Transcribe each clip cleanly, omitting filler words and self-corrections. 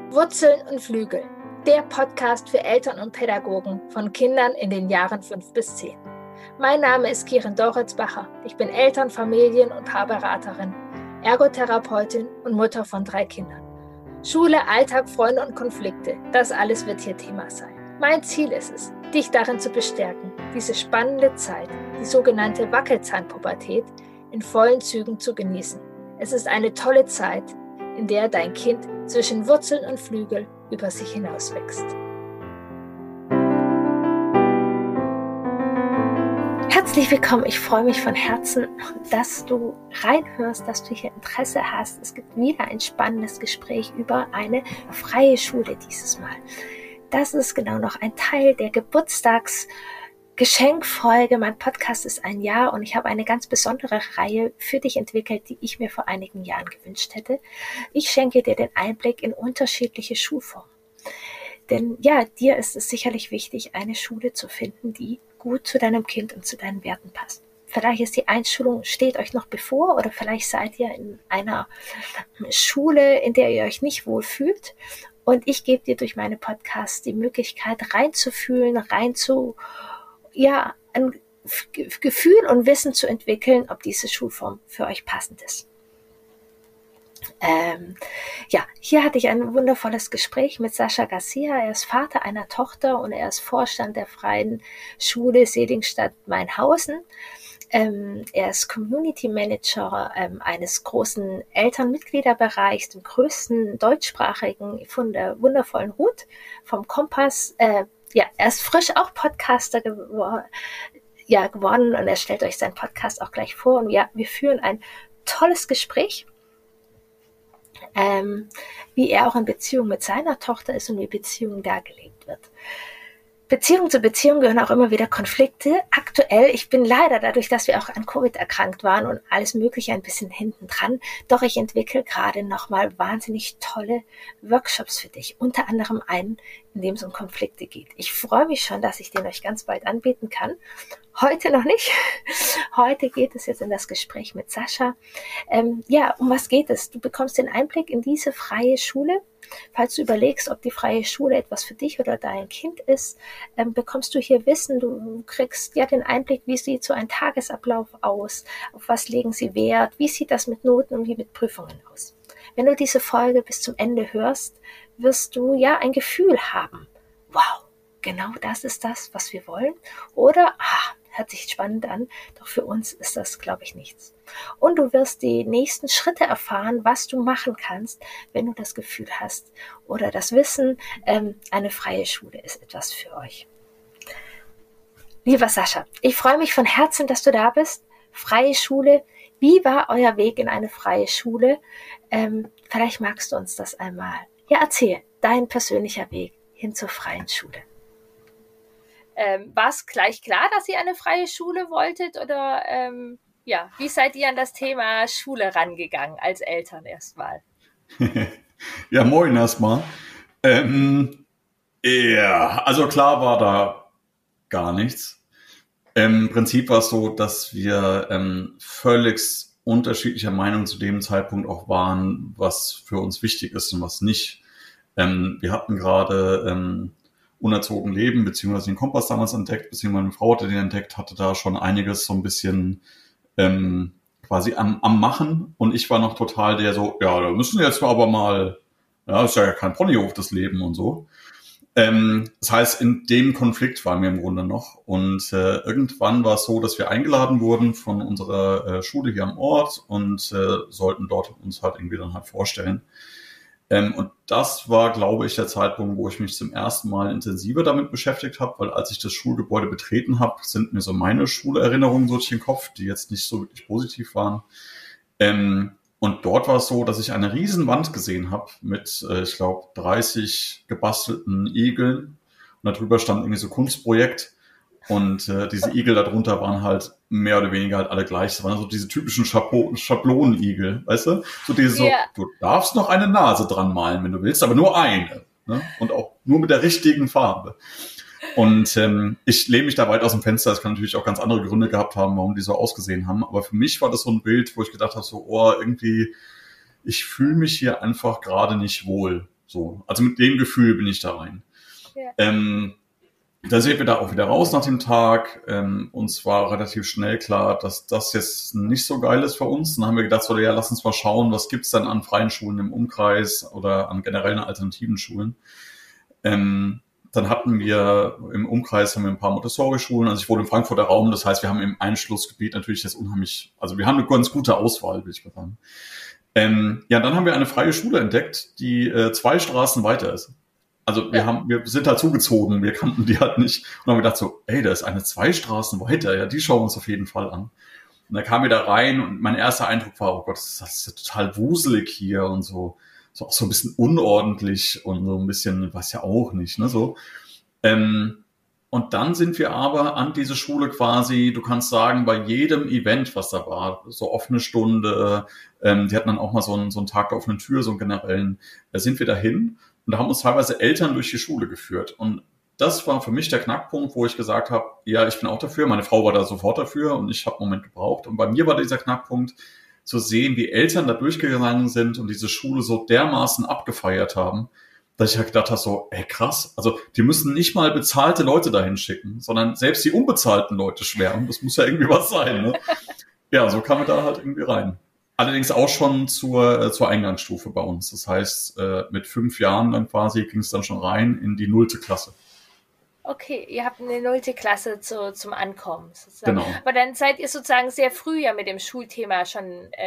Wurzeln und Flügel, der Podcast für Eltern und Pädagogen von Kindern in den Jahren 5 bis 10. Mein Name ist Kirin Doritzbacher. Ich bin Eltern-, Familien- und Paarberaterin, Ergotherapeutin und Mutter von 3 Kindern. Schule, Alltag, Freunde und Konflikte, das alles wird hier Thema sein. Mein Ziel ist es, dich darin zu bestärken, diese spannende Zeit, die sogenannte Wackelzahnpubertät, in vollen Zügen zu genießen. Es ist eine tolle Zeit, in der dein Kind zwischen Wurzeln und Flügel über sich hinaus wächst. Herzlich willkommen, ich freue mich von Herzen, dass du reinhörst, dass du hier Interesse hast. Es gibt wieder ein spannendes Gespräch über eine freie Schule dieses Mal. Das ist genau noch ein Teil der Geburtstagsgeschenkfolge. Mein Podcast ist ein Jahr und ich habe eine ganz besondere Reihe für dich entwickelt, die ich mir vor einigen Jahren gewünscht hätte. Ich schenke dir den Einblick in unterschiedliche Schulformen. Denn ja, dir ist es sicherlich wichtig, eine Schule zu finden, die gut zu deinem Kind und zu deinen Werten passt. Vielleicht ist die Einschulung, steht euch noch bevor, oder vielleicht seid ihr in einer Schule, in der ihr euch nicht wohlfühlt. Und ich gebe dir durch meine Podcasts die Möglichkeit, reinzufühlen, ein Gefühl und Wissen zu entwickeln, ob diese Schulform für euch passend ist. Hier hatte ich ein wundervolles Gespräch mit Sascha Garcia. Er ist Vater einer Tochter und er ist Vorstand der Freien Schule Seligenstadt-Mainhausen. Er ist Community Manager eines großen Elternmitgliederbereichs, dem größten deutschsprachigen von der wundervollen Ruth vom Kompass. Er ist frisch auch Podcaster geworden und er stellt euch seinen Podcast auch gleich vor. Und ja, wir führen ein tolles Gespräch, wie er auch in Beziehung mit seiner Tochter ist und wie Beziehung dargelegt wird. Beziehung zu Beziehung gehören auch immer wieder Konflikte. Aktuell, ich bin leider dadurch, dass wir auch an Covid erkrankt waren und alles Mögliche ein bisschen hinten dran, doch ich entwickle gerade nochmal wahnsinnig tolle Workshops für dich. Unter anderem einen, in dem es um Konflikte geht. Ich freue mich schon, dass ich den euch ganz bald anbieten kann. Heute noch nicht. Heute geht es jetzt in das Gespräch mit Sascha. Um was geht es? Du bekommst den Einblick in diese freie Schule. Falls du überlegst, ob die freie Schule etwas für dich oder dein Kind ist, bekommst du hier Wissen. Du kriegst ja den Einblick, wie sieht so ein Tagesablauf aus, auf was legen sie Wert, wie sieht das mit Noten und wie mit Prüfungen aus. Wenn du diese Folge bis zum Ende hörst, wirst du ja ein Gefühl haben. Wow, genau das ist das, was wir wollen. Oder, hört sich spannend an, doch für uns ist das, glaube ich, nichts. Und du wirst die nächsten Schritte erfahren, was du machen kannst, wenn du das Gefühl hast oder das Wissen, eine freie Schule ist etwas für euch. Lieber Sascha, ich freue mich von Herzen, dass du da bist. Freie Schule, wie war euer Weg in eine freie Schule? Vielleicht magst du uns das einmal. Ja, erzähl, dein persönlicher Weg hin zur freien Schule. War es gleich klar, dass ihr eine freie Schule wolltet oder wie seid ihr an das Thema Schule rangegangen als Eltern erstmal? Ja, moin erstmal. Also klar war da gar nichts. Im Prinzip war es so, dass wir völlig unterschiedlicher Meinung zu dem Zeitpunkt auch waren, was für uns wichtig ist und was nicht. Wir hatten gerade unerzogen leben, beziehungsweise den Kompass damals entdeckt, beziehungsweise meine Frau hatte den entdeckt, hatte da schon einiges so ein bisschen quasi am Machen und ich war noch total der so, ja, da müssen wir jetzt aber mal, ja, ist ja kein Ponyhof, das Leben und so. Das heißt, in dem Konflikt waren wir im Grunde noch und irgendwann war es so, dass wir eingeladen wurden von unserer Schule hier am Ort und sollten dort uns halt irgendwie dann halt vorstellen. Und das war, glaube ich, der Zeitpunkt, wo ich mich zum ersten Mal intensiver damit beschäftigt habe, weil als ich das Schulgebäude betreten habe, sind mir so meine Schulerinnerungen so durch den Kopf, die jetzt nicht so wirklich positiv waren. Und dort war es so, dass ich eine riesen Wand gesehen habe mit, ich glaube, 30 gebastelten Igeln. Und darüber stand irgendwie so Kunstprojekt. Und diese Igel darunter waren halt mehr oder weniger halt alle gleich. Das waren so diese typischen Schablonenigel, weißt du? So diese du darfst noch eine Nase dran malen, wenn du willst, aber nur eine. Ne? Und auch nur mit der richtigen Farbe. Und ich lehne mich da weit aus dem Fenster. Es kann natürlich auch ganz andere Gründe gehabt haben, warum die so ausgesehen haben. Aber für mich war das so ein Bild, wo ich gedacht habe, so, irgendwie, ich fühle mich hier einfach gerade nicht wohl. So, also mit dem Gefühl bin ich da rein. Ja. Da sind wir da auch wieder raus nach dem Tag. Uns war relativ schnell klar, dass das jetzt nicht so geil ist für uns. Dann haben wir gedacht, so, ja, lass uns mal schauen, was gibt's dann an freien Schulen im Umkreis oder an generellen alternativen Schulen. Dann hatten wir im Umkreis ein paar Montessori-Schulen. Also ich wohne im Frankfurter Raum, das heißt, wir haben im Einschlussgebiet natürlich das unheimlich, also wir haben eine ganz gute Auswahl, will ich mal sagen. Ja, dann haben wir eine freie Schule entdeckt, die 2 Straßen weiter ist. Also wir sind da zugezogen, wir kannten die halt nicht und haben gedacht so, ey, da ist eine 2 Straßen weiter, ja, die schauen wir uns auf jeden Fall an. Und dann kamen wir da rein und mein erster Eindruck war, oh Gott, das ist ja total wuselig hier und so auch so ein bisschen unordentlich und so ein bisschen, was ja auch nicht, ne, so. Und dann sind wir aber an diese Schule quasi, du kannst sagen, bei jedem Event, was da war, so offene Stunde, die hatten dann auch mal so einen Tag der offenen Tür, so einen generellen, da sind wir dahin und da haben uns teilweise Eltern durch die Schule geführt. Und das war für mich der Knackpunkt, wo ich gesagt habe, ja, ich bin auch dafür. Meine Frau war da sofort dafür und ich habe einen Moment gebraucht. Und bei mir war dieser Knackpunkt, zu sehen, wie Eltern da durchgegangen sind und diese Schule so dermaßen abgefeiert haben, dass ich halt gedacht habe, so, ey krass, also die müssen nicht mal bezahlte Leute dahin schicken, sondern selbst die unbezahlten Leute schwärmen. Das muss ja irgendwie was sein, ne? Ja, so kamen wir da halt irgendwie rein. Allerdings auch schon zur Eingangsstufe bei uns. Das heißt, mit 5 Jahren dann quasi ging es dann schon rein in die 0. Klasse. Okay, ihr habt eine 0. Klasse zum Ankommen sozusagen. Genau. Aber dann seid ihr sozusagen sehr früh ja mit dem Schulthema schon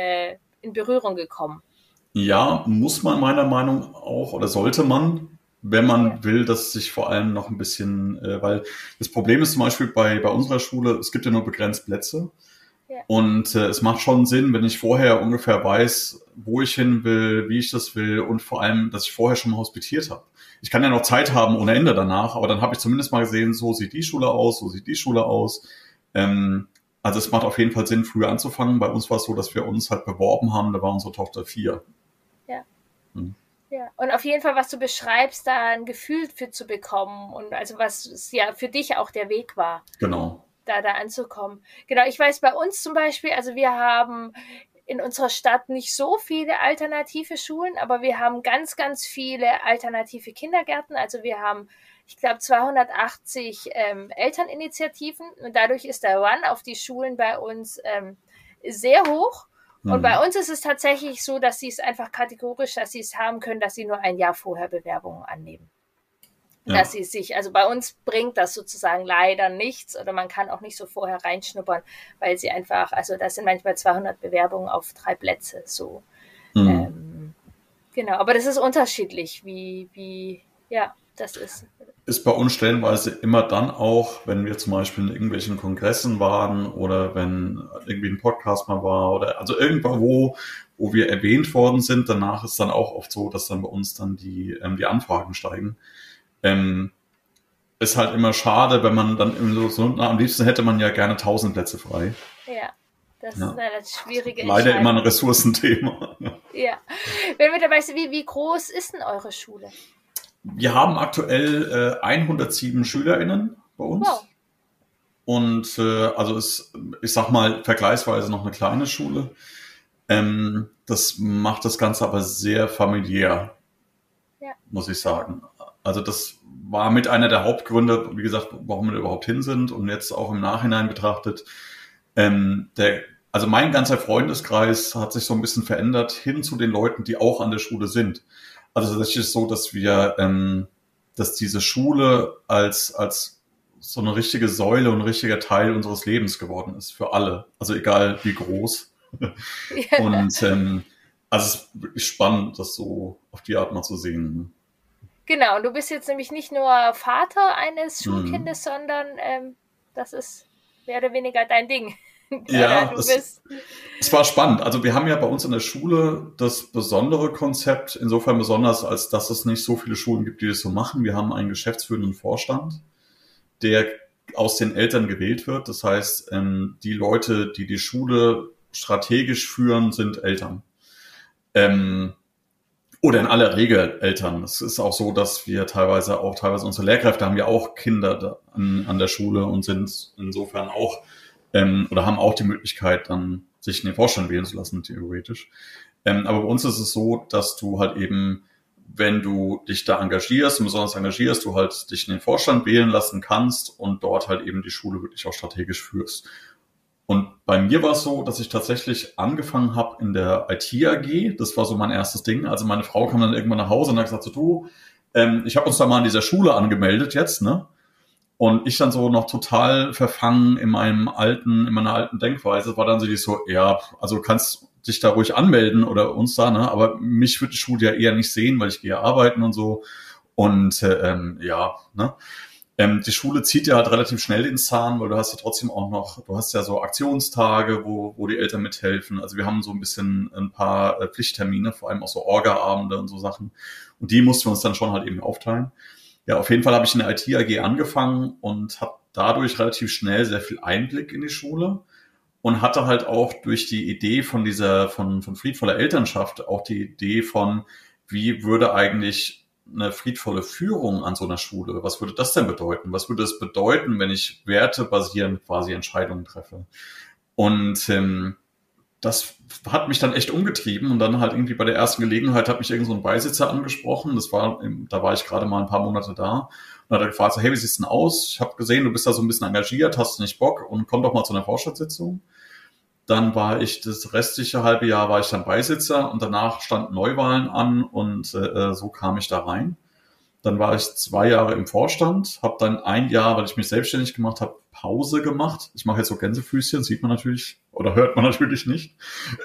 in Berührung gekommen. Ja, muss man meiner Meinung nach auch oder sollte man, wenn man will, dass sich vor allem noch ein bisschen, weil das Problem ist zum Beispiel bei unserer Schule, es gibt ja nur begrenzt Plätze. Ja. Und es macht schon Sinn, wenn ich vorher ungefähr weiß, wo ich hin will, wie ich das will und vor allem, dass ich vorher schon mal hospitiert habe. Ich kann ja noch Zeit haben ohne Ende danach, aber dann habe ich zumindest mal gesehen, so sieht die Schule aus, so sieht die Schule aus. Also es macht auf jeden Fall Sinn, früher anzufangen. Bei uns war es so, dass wir uns halt beworben haben, da war unsere Tochter 4. Ja. Ja, und auf jeden Fall, was du beschreibst, da ein Gefühl für zu bekommen und also was ja für dich auch der Weg war. Genau. Da anzukommen. Genau, ich weiß bei uns zum Beispiel, also wir haben in unserer Stadt nicht so viele alternative Schulen, aber wir haben ganz, ganz viele alternative Kindergärten. Also wir haben, ich glaube, 280 Elterninitiativen und dadurch ist der Run auf die Schulen bei uns sehr hoch. Und bei uns ist es tatsächlich so, dass sie es einfach kategorisch, dass sie es haben können, dass sie nur ein Jahr vorher Bewerbungen annehmen. Ja. Dass sie sich, also bei uns bringt das sozusagen leider nichts oder man kann auch nicht so vorher reinschnuppern, weil sie einfach, also das sind manchmal 200 Bewerbungen auf 3 Plätze, so. Genau, aber das ist unterschiedlich, wie das ist. Ist bei uns stellenweise immer dann auch, wenn wir zum Beispiel in irgendwelchen Kongressen waren oder wenn irgendwie ein Podcast mal war oder also irgendwo, wo wir erwähnt worden sind, danach ist dann auch oft so, dass dann bei uns dann die Anfragen steigen. Ist halt immer schade, wenn man dann am liebsten hätte man ja gerne 1000 Plätze frei. Ja, das ist eine schwierige leider immer ein Ressourcenthema. Ja. Wenn wir dabei sind, wie groß ist denn eure Schule? Wir haben aktuell 107 SchülerInnen bei uns. Wow. Und also ist, ich sag mal, vergleichsweise noch eine kleine Schule. Das macht das Ganze aber sehr familiär, muss ich sagen. Also das war mit einer der Hauptgründe, wie gesagt, warum wir überhaupt hin sind und jetzt auch im Nachhinein betrachtet. Also mein ganzer Freundeskreis hat sich so ein bisschen verändert hin zu den Leuten, die auch an der Schule sind. Also das ist so, dass wir, dass diese Schule als so eine richtige Säule und ein richtiger Teil unseres Lebens geworden ist für alle. Also egal wie groß. Ja. Und also es ist wirklich spannend, das so auf die Art mal zu sehen. Genau, und du bist jetzt nämlich nicht nur Vater eines Schulkindes, sondern das ist mehr oder weniger dein Ding. Ja, es war spannend. Also wir haben ja bei uns in der Schule das besondere Konzept, insofern besonders, als dass es nicht so viele Schulen gibt, die das so machen. Wir haben einen geschäftsführenden Vorstand, der aus den Eltern gewählt wird. Das heißt, die Leute, die die Schule strategisch führen, sind Eltern. Oder in aller Regel Eltern. Es ist auch so, dass wir teilweise unsere Lehrkräfte haben ja auch Kinder an der Schule und sind insofern auch oder haben auch die Möglichkeit, dann sich in den Vorstand wählen zu lassen, theoretisch. Aber bei uns ist es so, dass du halt eben wenn du dich da engagierst und besonders engagierst, du halt dich in den Vorstand wählen lassen kannst und dort halt eben die Schule wirklich auch strategisch führst. Und bei mir war es so, dass ich tatsächlich angefangen habe in der IT-AG. Das war so mein erstes Ding. Also meine Frau kam dann irgendwann nach Hause und hat gesagt, so, du, ich habe uns da mal an dieser Schule angemeldet jetzt, ne? Und ich dann so noch total verfangen in meiner alten Denkweise, war dann so, ja, also kannst dich da ruhig anmelden oder uns da, ne? Aber mich wird die Schule ja eher nicht sehen, weil ich gehe arbeiten und so. Und ja, ne? Die Schule zieht ja halt relativ schnell den Zahn, weil du hast ja trotzdem auch noch, du hast ja so Aktionstage, wo die Eltern mithelfen. Also wir haben so ein bisschen ein paar Pflichttermine, vor allem auch so Orga-Abende und so Sachen. Und die mussten wir uns dann schon halt eben aufteilen. Ja, auf jeden Fall habe ich in der IT-AG angefangen und habe dadurch relativ schnell sehr viel Einblick in die Schule und hatte halt auch durch die Idee von von friedvoller Elternschaft auch die Idee von, wie würde eigentlich eine friedvolle Führung an so einer Schule, was würde das denn bedeuten? Was würde es bedeuten, wenn ich wertebasierend quasi Entscheidungen treffe? Und das hat mich dann echt umgetrieben und dann halt irgendwie bei der ersten Gelegenheit hat mich irgend so ein Beisitzer angesprochen. Da war ich gerade mal ein paar Monate da und hat er gefragt, so, hey, wie sieht's denn aus? Ich habe gesehen, du bist da so ein bisschen engagiert, hast du nicht Bock und komm doch mal zu einer Vorstandssitzung. Dann war ich das restliche halbe Jahr war ich dann Beisitzer und danach standen Neuwahlen an und so kam ich da rein. Dann war ich 2 Jahre im Vorstand, habe dann 1 Jahr, weil ich mich selbstständig gemacht habe, Pause gemacht. Ich mache jetzt so Gänsefüßchen, sieht man natürlich oder hört man natürlich nicht.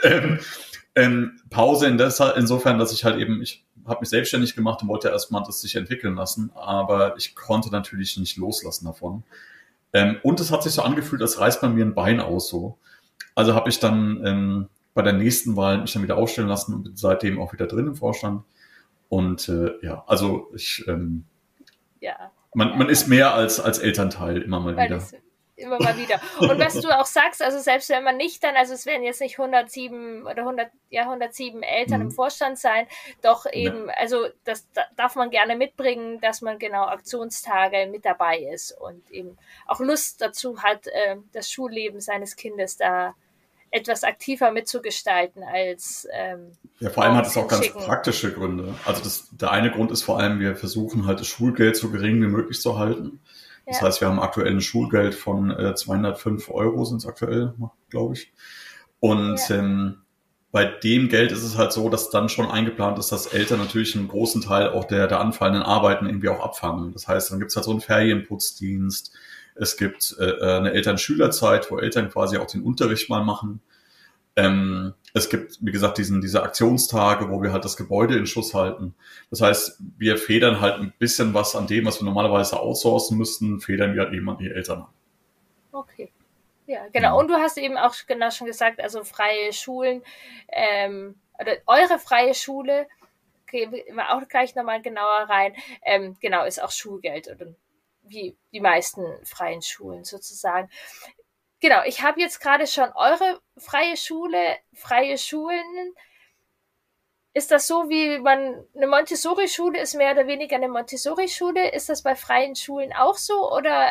Pause insofern, dass ich halt eben, ich habe mich selbstständig gemacht und wollte erstmal das sich entwickeln lassen, aber ich konnte natürlich nicht loslassen davon. Und es hat sich so angefühlt, als reißt man mir ein Bein aus so. Also habe ich dann bei der nächsten Wahl mich dann wieder aufstellen lassen und bin seitdem auch wieder drin im Vorstand. Und ja, also Ja. man ist mehr als Elternteil immer mal wieder. Immer mal wieder. Und was du auch sagst, also selbst wenn man nicht dann, also es werden jetzt nicht 107 oder 107 Eltern im Vorstand sein, doch eben, also das darf man gerne mitbringen, dass man genau Aktionstage mit dabei ist und eben auch Lust dazu hat, das Schulleben seines Kindes da etwas aktiver mitzugestalten als ja, vor allem hat es auch ganz praktische Gründe. Also der eine Grund ist vor allem, wir versuchen halt das Schulgeld so gering wie möglich zu halten. Das heißt, wir haben aktuell ein Schulgeld von 205 Euro sind es aktuell, glaube ich. Und bei dem Geld ist es halt so, dass dann schon eingeplant ist, dass Eltern natürlich einen großen Teil auch der anfallenden Arbeiten irgendwie auch abfangen. Das heißt, dann gibt es halt so einen Ferienputzdienst. Es gibt eine Eltern-Schüler-Zeit, wo Eltern quasi auch den Unterricht mal machen. Es gibt, wie gesagt, diese Aktionstage, wo wir halt das Gebäude in Schuss halten. Das heißt, wir federn halt ein bisschen was an dem, was wir normalerweise outsourcen müssten, federn wir halt eben an die Eltern an. Okay. Ja, genau. Und du hast eben auch genau schon gesagt, also freie Schulen, oder eure freie Schule, gehen wir auch gleich nochmal genauer rein, genau, ist auch Schulgeld oder wie die meisten freien Schulen sozusagen. Genau, ich habe jetzt gerade schon eure freie Schulen. Ist das so, wie man eine Montessori-Schule ist, mehr oder weniger eine Montessori-Schule? Ist das bei freien Schulen auch so? Oder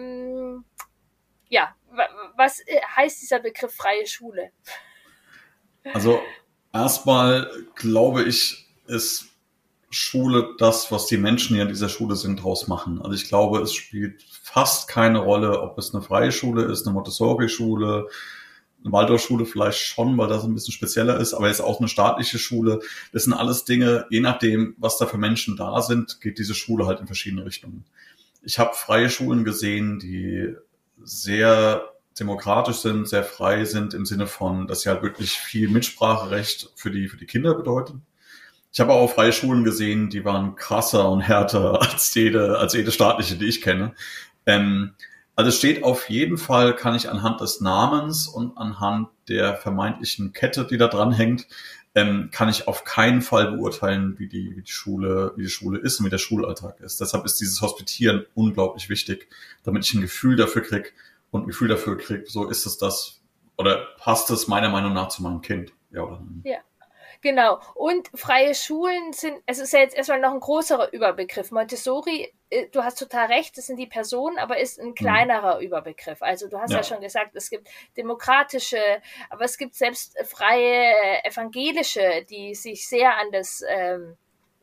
ja, was heißt dieser Begriff freie Schule? Also erstmal glaube ich, ist Schule das, was die Menschen, die an dieser Schule sind, draus machen. Also ich glaube, es spielt fast keine Rolle, ob es eine freie Schule ist, eine Montessori-Schule, eine Waldorfschule vielleicht schon, weil das ein bisschen spezieller ist, aber jetzt auch eine staatliche Schule. Das sind alles Dinge, je nachdem, was da für Menschen da sind, geht diese Schule halt in verschiedene Richtungen. Ich habe freie Schulen gesehen, die sehr demokratisch sind, sehr frei sind im Sinne von, dass sie halt wirklich viel Mitspracherecht für die Kinder bedeuten. Ich habe auch freie Schulen gesehen, die waren krasser und härter als jede staatliche, die ich kenne. Also es steht auf jeden Fall, kann ich anhand des Namens und anhand der vermeintlichen Kette, die da dran hängt, kann ich auf keinen Fall beurteilen, wie die Schule ist und wie der Schulalltag ist. Deshalb ist dieses Hospitieren unglaublich wichtig, damit ich ein Gefühl dafür kriege so ist es das oder passt es meiner Meinung nach zu meinem Kind. Ja oder nein? Ja. Genau. Und freie Schulen sind, es ist ja jetzt erstmal noch ein größerer Überbegriff. Montessori, du hast total recht, das sind die Personen, aber ist ein kleinerer Überbegriff. Also du hast ja schon gesagt, es gibt demokratische, aber es gibt selbst freie evangelische, die sich sehr an das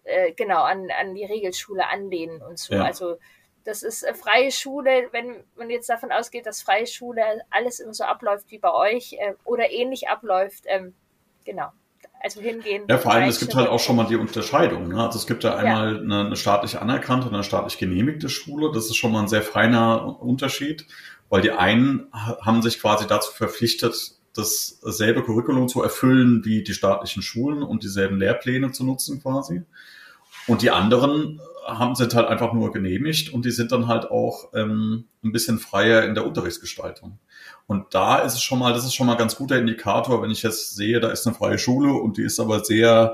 genau an die Regelschule anlehnen und so. Ja. Also das ist freie Schule, wenn man jetzt davon ausgeht, dass freie Schule alles immer so abläuft wie bei euch oder ähnlich abläuft. Genau. Also hingehen. Ja, vor allem, es gibt halt auch schon mal die Unterscheidung. Ne? Also es gibt ja einmal eine staatlich anerkannte und eine staatlich genehmigte Schule. Das ist schon mal ein sehr feiner Unterschied, weil die einen haben sich quasi dazu verpflichtet, dasselbe Curriculum zu erfüllen wie die staatlichen Schulen und dieselben Lehrpläne zu nutzen quasi. Und die anderen sind halt einfach nur genehmigt und die sind dann halt auch ein bisschen freier in der Unterrichtsgestaltung. Und das ist schon mal ein ganz guter Indikator, wenn ich jetzt sehe, da ist eine freie Schule und die ist aber sehr,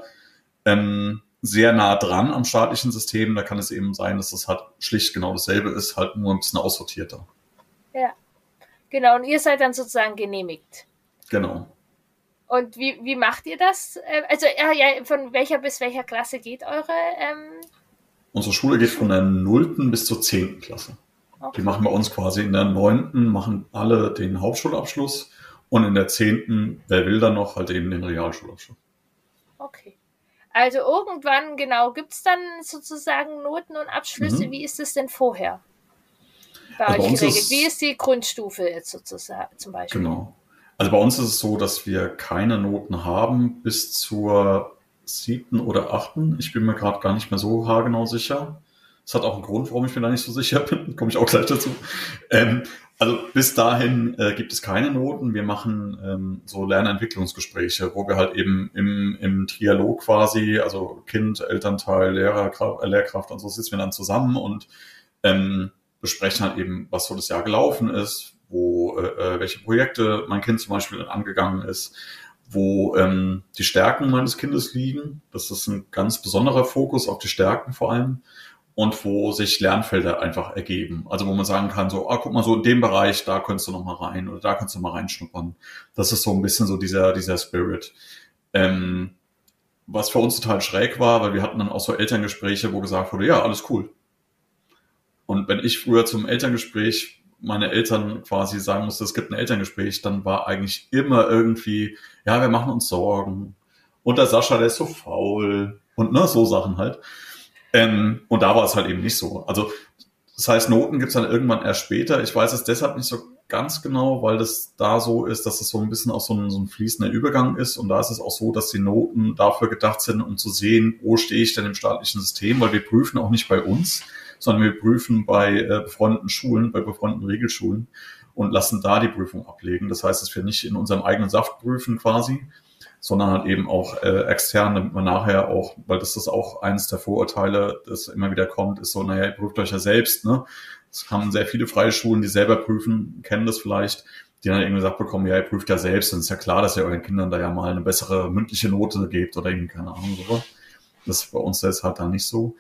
sehr nah dran am staatlichen System. Da kann es eben sein, dass das halt schlicht genau dasselbe ist, halt nur ein bisschen aussortierter. Ja, genau. Und ihr seid dann sozusagen genehmigt. Genau. Und wie macht ihr das? Also von welcher bis welcher Klasse geht eure? Unsere Schule geht von der 0. bis zur 10. Klasse. Okay. Die machen bei uns quasi in der 9. machen alle den Hauptschulabschluss und in der 10., wer will dann noch, halt eben den Realschulabschluss. Okay. Also irgendwann genau gibt es dann sozusagen Noten und Abschlüsse. Wie ist es denn vorher bei euch geregelt? Wie ist die Grundstufe jetzt sozusagen zum Beispiel? Genau. Also bei uns ist es so, dass wir keine Noten haben bis zur 7. oder 8. Ich bin mir gerade gar nicht mehr so haargenau sicher. Das hat auch einen Grund, warum ich mir da nicht so sicher bin. Komme ich auch gleich dazu. Also bis dahin gibt es keine Noten. Wir machen so Lernentwicklungsgespräche, wo wir halt eben im Trialog quasi, also Kind, Elternteil, Lehrkraft und so sitzen wir dann zusammen und besprechen halt eben, was so das Jahr gelaufen ist, welche Projekte mein Kind zum Beispiel angegangen ist, wo die Stärken meines Kindes liegen. Das ist ein ganz besonderer Fokus auf die Stärken vor allem. Und wo sich Lernfelder einfach ergeben. Also wo man sagen kann, so, guck mal, so in dem Bereich, da könntest du noch mal rein oder da kannst du mal reinschnuppern. Das ist so ein bisschen so dieser Spirit. Was für uns total schräg war, weil wir hatten dann auch so Elterngespräche, wo gesagt wurde, ja, alles cool. Und wenn ich früher zum Elterngespräch meine Eltern quasi sagen musste, es gibt ein Elterngespräch, dann war eigentlich immer irgendwie, ja, wir machen uns Sorgen. Und der Sascha, der ist so faul. Und so Sachen halt. Und da war es halt eben nicht so. Also das heißt, Noten gibt es dann irgendwann erst später. Ich weiß es deshalb nicht so ganz genau, weil das da so ist, dass es so ein bisschen auch so ein fließender Übergang ist. Und da ist es auch so, dass die Noten dafür gedacht sind, um zu sehen, wo stehe ich denn im staatlichen System, weil wir prüfen auch nicht bei uns, sondern wir prüfen bei befreundeten Schulen, bei befreundeten Regelschulen und lassen da die Prüfung ablegen. Das heißt, dass wir nicht in unserem eigenen Saft prüfen quasi, sondern halt eben auch extern, damit man nachher auch, weil das ist auch eines der Vorurteile, das immer wieder kommt, ist so, naja, ihr prüft euch ja selbst, ne? Es haben sehr viele freie Schulen, die selber prüfen, kennen das vielleicht, die dann irgendwie gesagt bekommen, ja, ihr prüft ja selbst, dann ist ja klar, dass ihr euren Kindern da ja mal eine bessere mündliche Note gebt oder irgendwie, keine Ahnung, so. Das ist bei uns jetzt halt dann nicht so.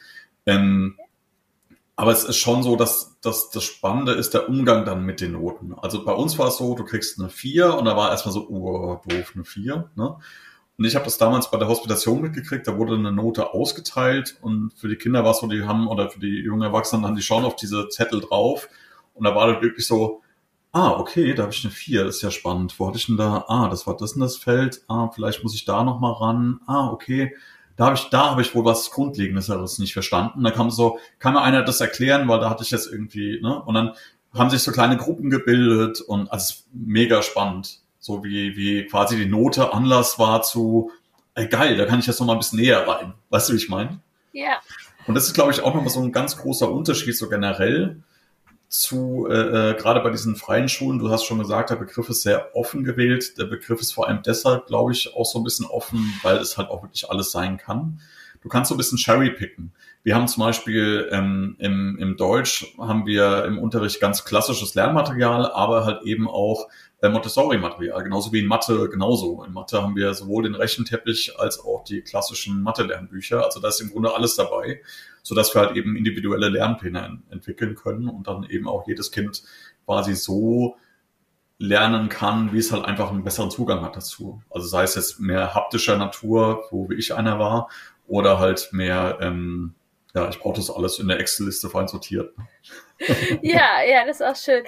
Aber es ist schon so, dass das Spannende ist der Umgang dann mit den Noten. Also bei uns war es so, du kriegst eine 4 und da war erstmal so, doof, eine 4. Ne? Und ich habe das damals bei der Hospitation mitgekriegt, da wurde eine Note ausgeteilt und für die Kinder war es so, oder für die jungen Erwachsenen, die schauen auf diese Zettel drauf und da war das wirklich so, okay, da habe ich eine 4, das ist ja spannend. Wo hatte ich denn da? Das war das und das Feld. Vielleicht muss ich da nochmal ran. Okay. Da habe ich wohl was Grundlegendes nicht verstanden. Da kann mir einer das erklären, weil da hatte ich jetzt irgendwie, ne? Und dann haben sich so kleine Gruppen gebildet und also es ist mega spannend. So wie quasi die Note Anlass war zu, geil, da kann ich jetzt noch mal ein bisschen näher rein. Weißt du, wie ich meine? Ja. Und das ist, glaube ich, auch nochmal so ein ganz großer Unterschied, so generell zu, gerade bei diesen freien Schulen, du hast schon gesagt, der Begriff ist sehr offen gewählt. Der Begriff ist vor allem deshalb, glaube ich, auch so ein bisschen offen, weil es halt auch wirklich alles sein kann. Du kannst so ein bisschen cherrypicken. Wir haben zum Beispiel im Deutsch haben wir im Unterricht ganz klassisches Lernmaterial, aber halt eben auch Montessori-Material, genauso wie in Mathe genauso. In Mathe haben wir sowohl den Rechenteppich als auch die klassischen Mathe-Lernbücher. Also da ist im Grunde alles dabei, sodass wir halt eben individuelle Lernpläne entwickeln können und dann eben auch jedes Kind quasi so lernen kann, wie es halt einfach einen besseren Zugang hat dazu. Also sei es jetzt mehr haptischer Natur, wo wie ich einer war, oder halt mehr, ich brauche das alles in der Excel-Liste fein sortiert. Ja, das ist auch schön.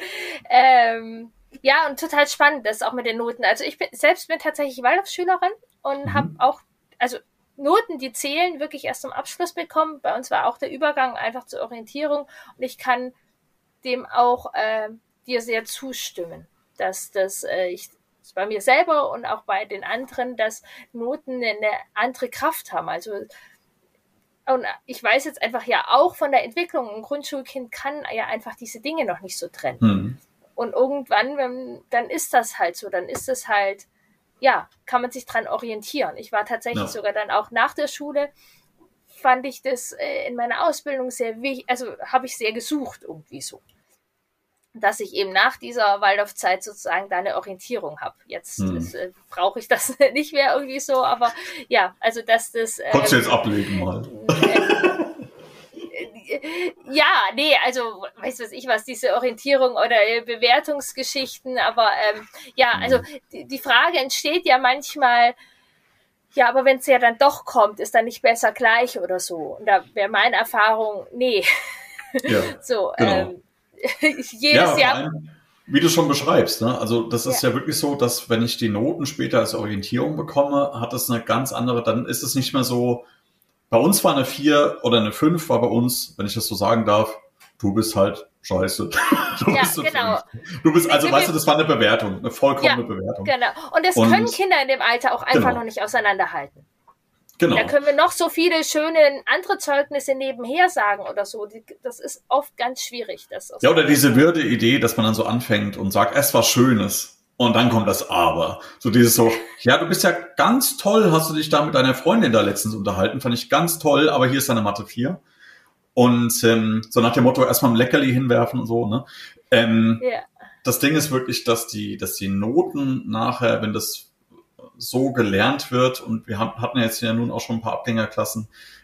Ja, und total spannend, das auch mit den Noten. Also ich bin tatsächlich Waldorfschülerin und habe auch, also Noten, die zählen, wirklich erst zum Abschluss bekommen. Bei uns war auch der Übergang einfach zur Orientierung und ich kann dem auch dir sehr zustimmen, dass ich bei mir selber und auch bei den anderen, dass Noten eine andere Kraft haben. Also und ich weiß jetzt einfach ja auch von der Entwicklung, ein Grundschulkind kann ja einfach diese Dinge noch nicht so trennen. Und irgendwann, dann ist das halt so, dann ist es halt, ja, kann man sich dran orientieren. Ich war tatsächlich sogar dann auch nach der Schule, fand ich das in meiner Ausbildung sehr wichtig, also habe ich sehr gesucht irgendwie so. Dass ich eben nach dieser Waldorfzeit sozusagen da eine Orientierung habe. Jetzt brauche ich das nicht mehr irgendwie so, aber ja, also dass das... Konntest du jetzt ablegen mal? Ja, nee, also weiß was ich was, diese Orientierung oder Bewertungsgeschichten, aber ja, also die Frage entsteht ja manchmal, ja, aber wenn es ja dann doch kommt, ist dann nicht besser gleich oder so. Und da wäre meine Erfahrung, nee. Ja, so, genau. jedes Jahr. Allem, wie du schon beschreibst, ne? Also das ist ja wirklich so, dass wenn ich die Noten später als Orientierung bekomme, hat das eine ganz andere, dann ist es nicht mehr so, bei uns war eine 4 oder eine 5, war bei uns, wenn ich das so sagen darf, du bist halt scheiße. Genau. Du bist, also weißt du, das war eine Bewertung, eine vollkommene Bewertung. Genau. Und das können Kinder in dem Alter auch einfach noch nicht auseinanderhalten. Genau. Da können wir noch so viele schöne andere Zeugnisse nebenher sagen oder so. Das ist oft ganz schwierig. Ja, oder diese Würde-Idee, dass man dann so anfängt und sagt, es war Schönes. Und dann kommt das Aber. So dieses so, ja, du bist ja ganz toll, hast du dich da mit deiner Freundin da letztens unterhalten, fand ich ganz toll, aber hier ist deine Mathe 4. Und so nach dem Motto, erstmal ein Leckerli hinwerfen und so, ne? Das Ding ist wirklich, dass die Noten nachher, wenn das so gelernt wird, und wir hatten ja jetzt ja nun auch schon ein paar Abgängerklassen,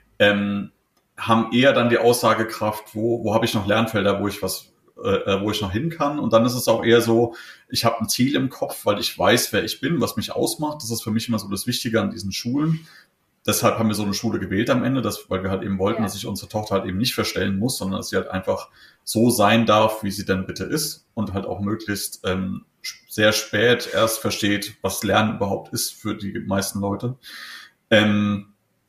haben eher dann die Aussagekraft, wo habe ich noch Lernfelder, wo ich noch hin kann. Und dann ist es auch eher so, ich habe ein Ziel im Kopf, weil ich weiß, wer ich bin, was mich ausmacht. Das ist für mich immer so das Wichtige an diesen Schulen. Deshalb haben wir so eine Schule gewählt am Ende, weil wir halt eben wollten, dass sich unsere Tochter halt eben nicht verstellen muss, sondern dass sie halt einfach so sein darf, wie sie denn bitte ist und halt auch möglichst sehr spät erst versteht, was Lernen überhaupt ist für die meisten Leute. Und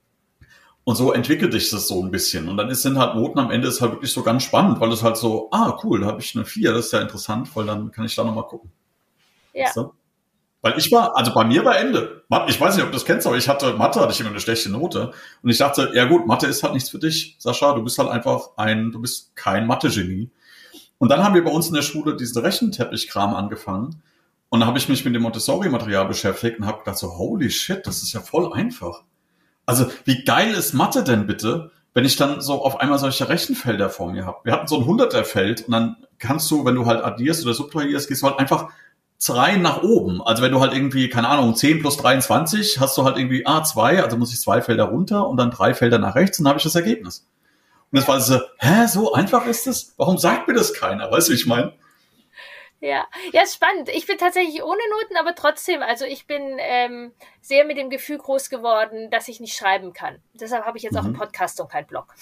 so entwickelt sich das so ein bisschen. Und dann sind halt Noten am Ende ist halt wirklich so ganz spannend, weil es halt so, cool, da habe ich eine 4, das ist ja interessant, weil dann kann ich da nochmal gucken. Ja. Weißt du? Weil also bei mir war Ende. Ich weiß nicht, ob du das kennst, aber Mathe hatte ich immer eine schlechte Note. Und ich dachte, ja gut, Mathe ist halt nichts für dich, Sascha, du bist halt einfach du bist kein Mathe-Genie. Und dann haben wir bei uns in der Schule diesen Rechenteppichkram angefangen. Und dann habe ich mich mit dem Montessori-Material beschäftigt und habe gedacht so, holy shit, das ist ja voll einfach. Also wie geil ist Mathe denn bitte, wenn ich dann so auf einmal solche Rechenfelder vor mir habe. Wir hatten so ein 100er-Feld und dann kannst du, wenn du halt addierst oder subtrahierst, gehst du halt einfach 3 nach oben. Also wenn du halt irgendwie, keine Ahnung, 10 plus 23, hast du halt irgendwie 2, also muss ich 2 Felder runter und dann 3 Felder nach rechts und dann habe ich das Ergebnis. Und das war so, so einfach ist das? Warum sagt mir das keiner? Weißt du, wie ich meine? Ja, ist spannend. Ich bin tatsächlich ohne Noten, aber trotzdem, also ich bin sehr mit dem Gefühl groß geworden, dass ich nicht schreiben kann. Deshalb habe ich jetzt auch einen Podcast und keinen Blog.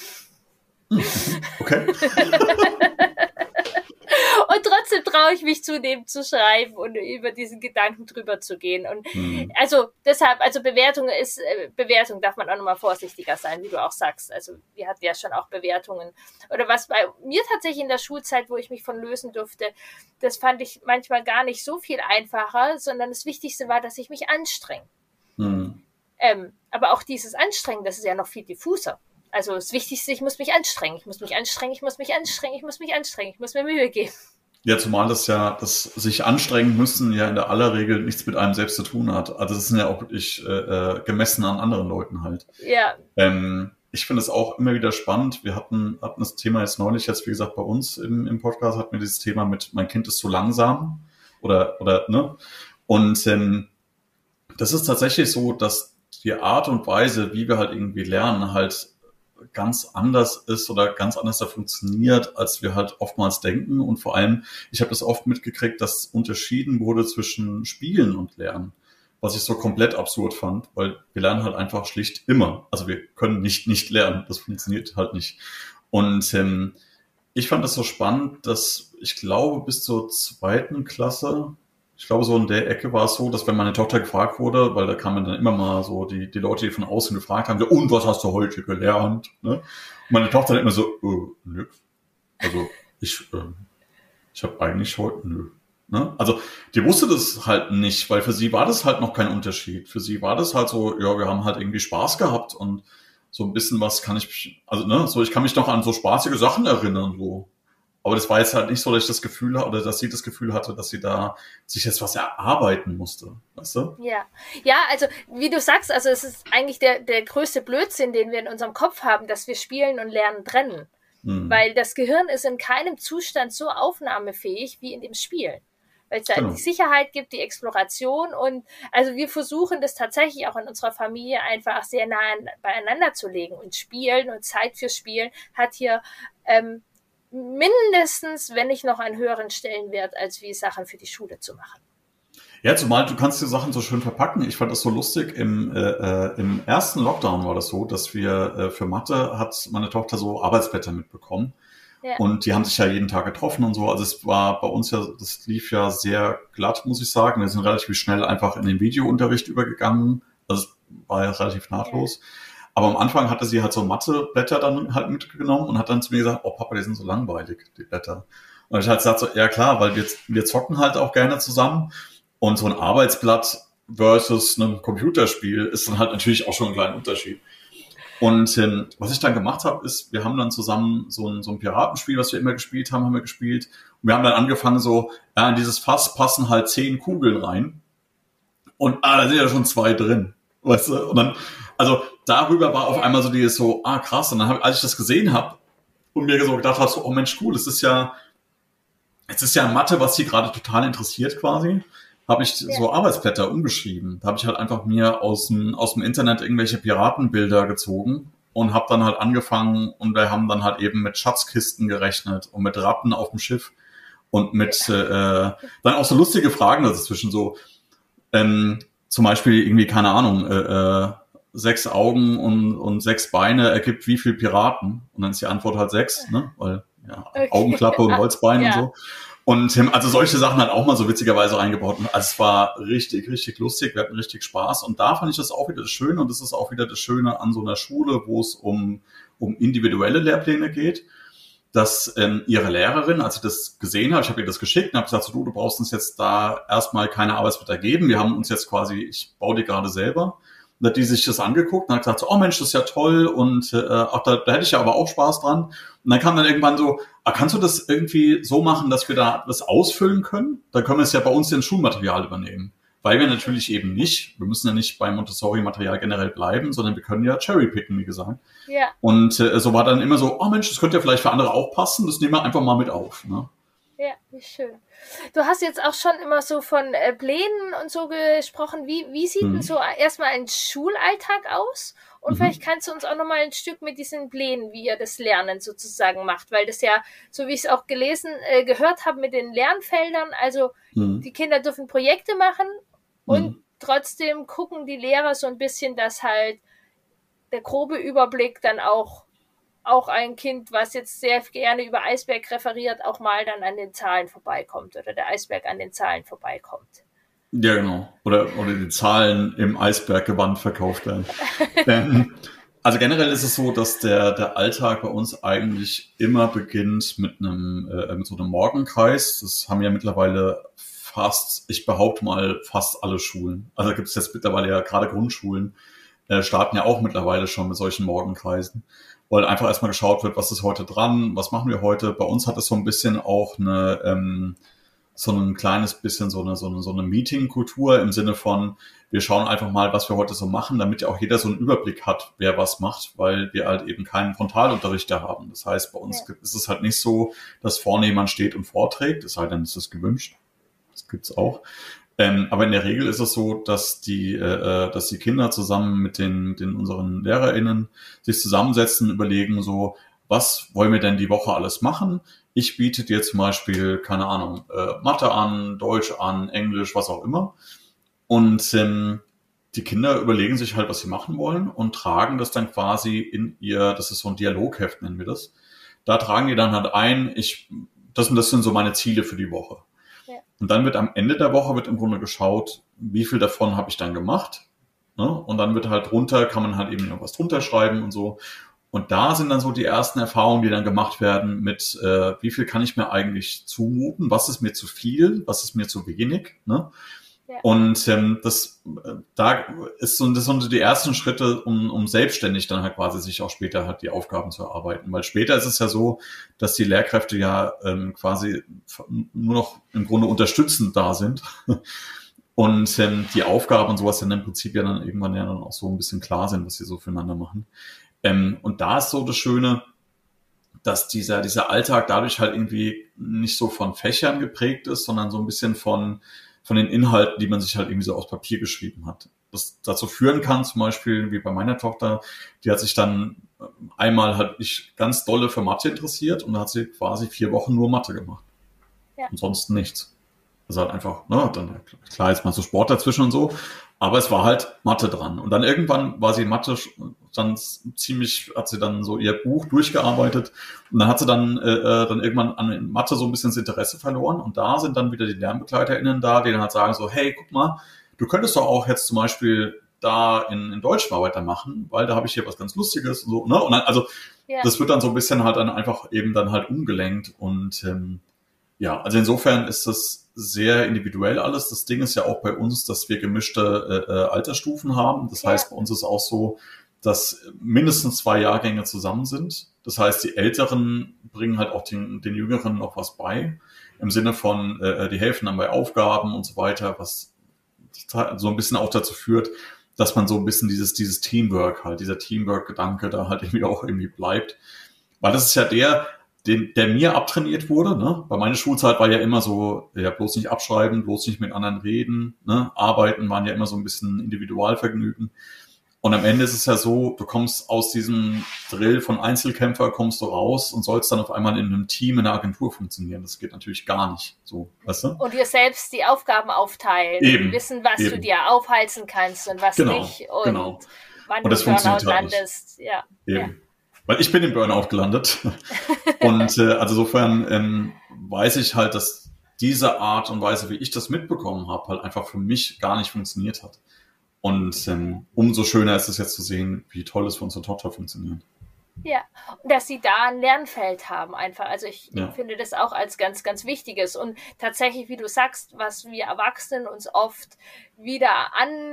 Okay. Und trotzdem traue ich mich zunehmend zu schreiben und über diesen Gedanken drüber zu gehen. Und also deshalb, Bewertung darf man auch nochmal vorsichtiger sein, wie du auch sagst. Also wir hatten ja schon auch Bewertungen. Oder was bei mir tatsächlich in der Schulzeit, wo ich mich von lösen durfte, das fand ich manchmal gar nicht so viel einfacher, sondern das Wichtigste war, dass ich mich anstrenge. Aber auch dieses Anstrengen, das ist ja noch viel diffuser. Also das Wichtigste, ich muss mich anstrengen. Ich muss mich anstrengen, ich muss mich anstrengen, ich muss mich anstrengen, ich muss mir Mühe geben. Ja, zumal das sich anstrengen müssen ja in der aller Regel nichts mit einem selbst zu tun hat. Also das sind ja auch wirklich gemessen an anderen Leuten halt. Ja. Ich finde es auch immer wieder spannend. Wir hatten das Thema jetzt neulich, wie gesagt, bei uns im Podcast hatten wir dieses Thema mit mein Kind ist zu langsam oder ne? Und das ist tatsächlich so, dass die Art und Weise, wie wir halt irgendwie lernen, halt ganz anders ist oder ganz anders da funktioniert, als wir halt oftmals denken. Und vor allem, ich habe das oft mitgekriegt, dass unterschieden wurde zwischen Spielen und Lernen, was ich so komplett absurd fand, weil wir lernen halt einfach schlicht immer. Also wir können nicht lernen, das funktioniert halt nicht. Und ich fand das so spannend, dass ich glaube, bis zur 2. Klasse Ich glaube, so in der Ecke war es so, dass wenn meine Tochter gefragt wurde, weil da kamen dann immer mal so die Leute, die von außen gefragt haben, so, und was hast du heute gelernt? Ne? Und meine Tochter dann immer so, nö. Also ich habe eigentlich heute, nö. Ne? Also die wusste das halt nicht, weil für sie war das halt noch kein Unterschied. Für sie war das halt so, ja, wir haben halt irgendwie Spaß gehabt und so ein bisschen was kann ich, also ne, so ich kann mich noch an so spaßige Sachen erinnern, so. Aber das war jetzt halt nicht so, dass ich das Gefühl hatte, oder dass sie das Gefühl hatte, dass sie da sich jetzt was erarbeiten musste, weißt du? Ja, ja, also wie du sagst, also es ist eigentlich der größte Blödsinn, den wir in unserem Kopf haben, dass wir Spielen und Lernen trennen. Weil das Gehirn ist in keinem Zustand so aufnahmefähig wie in dem Spielen. Weil es da Genau. die Sicherheit gibt, die Exploration und also wir versuchen das tatsächlich auch in unserer Familie einfach sehr nah beieinander zu legen und Spielen und Zeit für Spielen hat hier mindestens, wenn nicht noch einen höheren Stellenwert, als wie Sachen für die Schule zu machen. Ja, zumal du kannst die Sachen so schön verpacken. Ich fand das so lustig. Im ersten Lockdown war das so, dass wir für Mathe hat meine Tochter so Arbeitsblätter mitbekommen. Ja. Und die haben sich ja jeden Tag getroffen und so. Also es war bei uns ja, das lief ja sehr glatt, muss ich sagen. Wir sind relativ schnell einfach in den Videounterricht übergegangen. Also es war ja relativ nahtlos. Ja. Aber am Anfang hatte sie halt so Matheblätter dann halt mitgenommen und hat dann zu mir gesagt, oh Papa, die sind so langweilig, die Blätter. Und ich halt gesagt so, ja klar, weil wir zocken halt auch gerne zusammen. Und so ein Arbeitsblatt versus ein Computerspiel ist dann halt natürlich auch schon ein kleiner Unterschied. Und was ich dann gemacht habe, ist, wir haben dann zusammen so ein Piratenspiel, was wir immer gespielt haben wir gespielt. Und wir haben dann angefangen so, ja, in dieses Fass passen halt 10 Kugeln rein. Und da sind ja schon 2 drin. Weißt du? Und dann, also darüber war auf einmal so dieses so, krass. Und dann als ich das gesehen habe und mir so gedacht habe, so, oh Mensch, cool, es ist ja Mathe, was sie gerade total interessiert quasi. Habe ich so Arbeitsblätter umgeschrieben. Da habe ich halt einfach mir aus dem Internet irgendwelche Piratenbilder gezogen und habe dann halt angefangen und wir haben dann halt eben mit Schatzkisten gerechnet und mit Ratten auf dem Schiff und mit dann auch so lustige Fragen dazwischen, so zum Beispiel irgendwie, keine Ahnung, 6 Augen und 6 Beine ergibt wie viel Piraten? Und dann ist die Antwort halt 6, ne? Weil ja, okay. Augenklappe und Holzbein und so. Und also solche Sachen halt auch mal so witzigerweise reingebaut. Also es war richtig, richtig lustig. Wir hatten richtig Spaß. Und da fand ich das auch wieder das Schöne. Und das ist auch wieder das Schöne an so einer Schule, wo es um individuelle Lehrpläne geht, dass ihre Lehrerin, als ich das gesehen habe, ich habe ihr das geschickt und habe gesagt, so, du brauchst uns jetzt da erstmal keine Arbeitsblätter geben. Wir haben uns jetzt quasi, ich baue die gerade selber. Und hat die sich das angeguckt und hat gesagt, so, oh Mensch, das ist ja toll und da hätte ich ja aber auch Spaß dran. Und dann kam dann irgendwann so, kannst du das irgendwie so machen, dass wir da das ausfüllen können? Dann können wir es ja bei uns ins Schulmaterial übernehmen. Weil wir natürlich eben nicht, wir müssen ja nicht beim Montessori-Material generell bleiben, sondern wir können ja cherrypicken, wie gesagt. Ja. Und so war dann immer so, oh Mensch, das könnte ja vielleicht für andere auch passen, das nehmen wir einfach mal mit auf. Ne? Ja, wie schön. Du hast jetzt auch schon immer so von Plänen und so gesprochen. Wie sieht denn so erstmal ein Schulalltag aus? Und vielleicht kannst du uns auch nochmal ein Stück mit diesen Plänen, wie ihr das Lernen sozusagen macht, weil das ja, so wie ich es auch gehört habe mit den Lernfeldern, also die Kinder dürfen Projekte machen und trotzdem gucken die Lehrer so ein bisschen, dass halt der grobe Überblick dann auch ein Kind, was jetzt sehr gerne über Eisberg referiert, auch mal dann an den Zahlen vorbeikommt oder der Eisberg an den Zahlen vorbeikommt. Ja, genau. Oder die Zahlen im Eisberggewand verkauft werden. Also generell ist es so, dass der Alltag bei uns eigentlich immer beginnt mit so einem Morgenkreis. Das haben ja mittlerweile ich behaupte mal, fast alle Schulen. Also gibt es jetzt mittlerweile ja gerade Grundschulen, starten ja auch mittlerweile schon mit solchen Morgenkreisen. Weil einfach erstmal geschaut wird, was ist heute dran, was machen wir heute. Bei uns hat es so ein bisschen auch so ein kleines bisschen so eine Meeting-Kultur im Sinne von, wir schauen einfach mal, was wir heute so machen, damit ja auch jeder so einen Überblick hat, wer was macht, weil wir halt eben keinen Frontalunterricht da haben. Das heißt, bei uns ist es halt nicht so, dass vorne jemand steht und vorträgt, es sei denn, es ist gewünscht. Das gibt's auch. Aber in der Regel ist es so, dass die Kinder zusammen mit unseren LehrerInnen sich zusammensetzen, überlegen so, was wollen wir denn die Woche alles machen? Ich biete dir zum Beispiel, keine Ahnung, Mathe an, Deutsch an, Englisch, was auch immer. Und die Kinder überlegen sich halt, was sie machen wollen und tragen das dann quasi das ist so ein Dialogheft, nennen wir das. Da tragen die dann halt ein, das sind so meine Ziele für die Woche. Ja. Und dann wird am Ende der Woche wird im Grunde geschaut, wie viel davon habe ich dann gemacht. Ne? Und dann wird halt drunter, kann man halt eben noch was drunter schreiben und so. Und da sind dann so die ersten Erfahrungen, die dann gemacht werden mit, wie viel kann ich mir eigentlich zumuten, was ist mir zu viel, was ist mir zu wenig. Ne? Ja. Und da ist das sind so die ersten Schritte, um selbstständig dann halt quasi sich auch später halt die Aufgaben zu erarbeiten. Weil später ist es ja so, dass die Lehrkräfte ja quasi nur noch im Grunde unterstützend da sind. Und die Aufgaben und sowas dann im Prinzip ja dann irgendwann ja dann auch so ein bisschen klar sind, was sie so füreinander machen. Und da ist so das Schöne, dass dieser Alltag dadurch halt irgendwie nicht so von Fächern geprägt ist, sondern so ein bisschen von den Inhalten, die man sich halt irgendwie so aus Papier geschrieben hat. Das dazu führen kann, zum Beispiel wie bei meiner Tochter, die hat sich dann einmal halt nicht ganz dolle für Mathe interessiert und da hat sie quasi 4 Wochen nur Mathe gemacht. Ja. Ansonsten nichts. Also halt einfach, ne, dann klar jetzt mal so Sport dazwischen und so, aber es war halt Mathe dran. Und dann irgendwann war sie Mathe dann hat sie dann so ihr Buch durchgearbeitet und dann hat sie dann irgendwann an Mathe so ein bisschen das Interesse verloren und da sind dann wieder die LernbegleiterInnen da, die dann halt sagen so, hey, guck mal, du könntest doch auch jetzt zum Beispiel da in Deutsch mal weitermachen, weil da habe ich hier was ganz Lustiges und so, ne? Und dann, also das wird dann so ein bisschen halt dann einfach eben dann halt umgelenkt und ja, also insofern ist das sehr individuell alles. Das Ding ist ja auch bei uns, dass wir gemischte Altersstufen haben. Das heißt, bei uns ist auch so, dass mindestens 2 Jahrgänge zusammen sind. Das heißt, die Älteren bringen halt auch den Jüngeren noch was bei. Im Sinne von, die helfen dann bei Aufgaben und so weiter, was so ein bisschen auch dazu führt, dass man so ein bisschen dieses Teamwork halt, dieser Teamwork-Gedanke da halt irgendwie bleibt. Weil das ist ja der mir abtrainiert wurde, ne? Bei meiner Schulzeit war ja immer so, ja, bloß nicht abschreiben, bloß nicht mit anderen reden, ne? Arbeiten waren ja immer so ein bisschen Individualvergnügen. Und am Ende ist es ja so, du kommst aus diesem Drill von Einzelkämpfer, kommst du raus und sollst dann auf einmal in einem Team, in einer Agentur funktionieren. Das geht natürlich gar nicht, so, weißt du? Und dir selbst die Aufgaben aufteilen, Eben, wissen, was du dir aufhalsen kannst und was nicht und wann und das du im Burnout halt landest. Nicht. Ja. Eben. Ja. Weil ich bin im Burnout gelandet. Und also insofern weiß ich halt, dass diese Art und Weise, wie ich das mitbekommen habe, halt einfach für mich gar nicht funktioniert hat. Und umso schöner ist es jetzt zu sehen, wie toll es für unsere Tochter funktioniert. Ja, und dass sie da ein Lernfeld haben einfach. Also ich finde das auch als ganz, ganz Wichtiges. Und tatsächlich, wie du sagst, was wir Erwachsenen uns oft wieder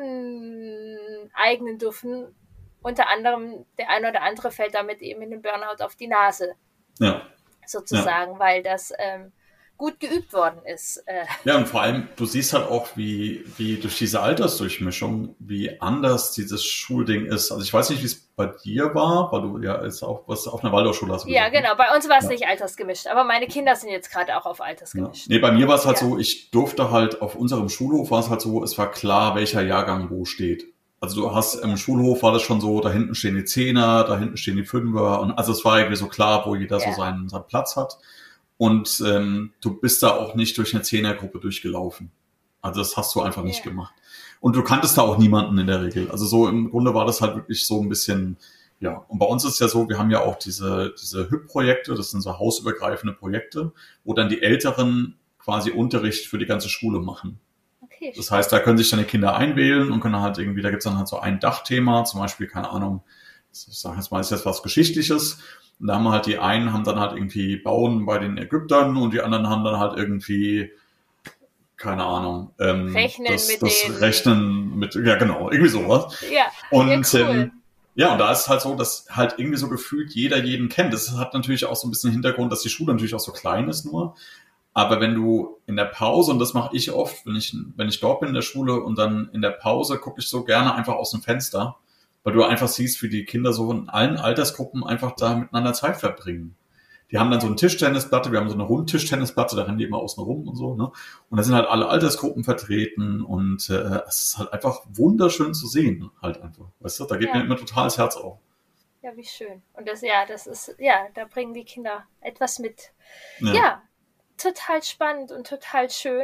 aneignen dürfen, unter anderem der eine oder andere fällt damit eben in den Burnout auf die Nase. Ja. Sozusagen, weil das gut geübt worden ist. Ja, und vor allem, du siehst halt auch, wie durch diese Altersdurchmischung, wie anders dieses Schulding ist. Also ich weiß nicht, wie es bei dir war, weil du ja jetzt auch was auf einer Waldorfschule hast. Ja, genau. Bei uns war es nicht altersgemischt, aber meine Kinder sind jetzt gerade auch auf altersgemischt. Ja. Nee, bei mir war es halt so, ich durfte halt auf unserem Schulhof war es halt so, es war klar, welcher Jahrgang wo steht. Also du hast im Schulhof war das schon so, da hinten stehen die Zehner, da hinten stehen die Fünfer und also es war irgendwie so klar, wo jeder so seinen Platz hat. Und du bist da auch nicht durch eine Zehnergruppe durchgelaufen. Also das hast du einfach nicht gemacht. Und du kanntest da auch niemanden in der Regel. Also so im Grunde war das halt wirklich so ein bisschen, ja. Und bei uns ist ja so, wir haben ja auch diese HÜP-Projekte, das sind so hausübergreifende Projekte, wo dann die Älteren quasi Unterricht für die ganze Schule machen. Okay. Das heißt, da können sich dann die Kinder einwählen und können halt irgendwie, da gibt's dann halt so ein Dachthema, zum Beispiel, keine Ahnung, ich sage jetzt mal, ist jetzt was Geschichtliches. Und da haben halt die einen haben dann halt irgendwie Bauen bei den Ägyptern und die anderen haben dann halt irgendwie, keine Ahnung, Rechnen Rechnen mit, ja genau, irgendwie sowas. Ja, und cool. Ja, und da ist es halt so, dass halt irgendwie so gefühlt jeder jeden kennt. Das hat natürlich auch so ein bisschen Hintergrund, dass die Schule natürlich auch so klein ist nur. Aber wenn du in der Pause, und das mache ich oft, wenn ich dort bin in der Schule und dann in der Pause gucke ich so gerne einfach aus dem Fenster, weil du einfach siehst, wie die Kinder so in allen Altersgruppen einfach da miteinander Zeit verbringen. Die haben dann so eine Tischtennisplatte, wir haben so eine Rundtischtennisplatte, da rennen die immer außen rum und so, ne? Und da sind halt alle Altersgruppen vertreten und es ist halt einfach wunderschön zu sehen, halt einfach. Weißt du, da geht mir immer total das Herz auf. Ja, wie schön. Und das ist, da bringen die Kinder etwas mit. Ja, total spannend und total schön.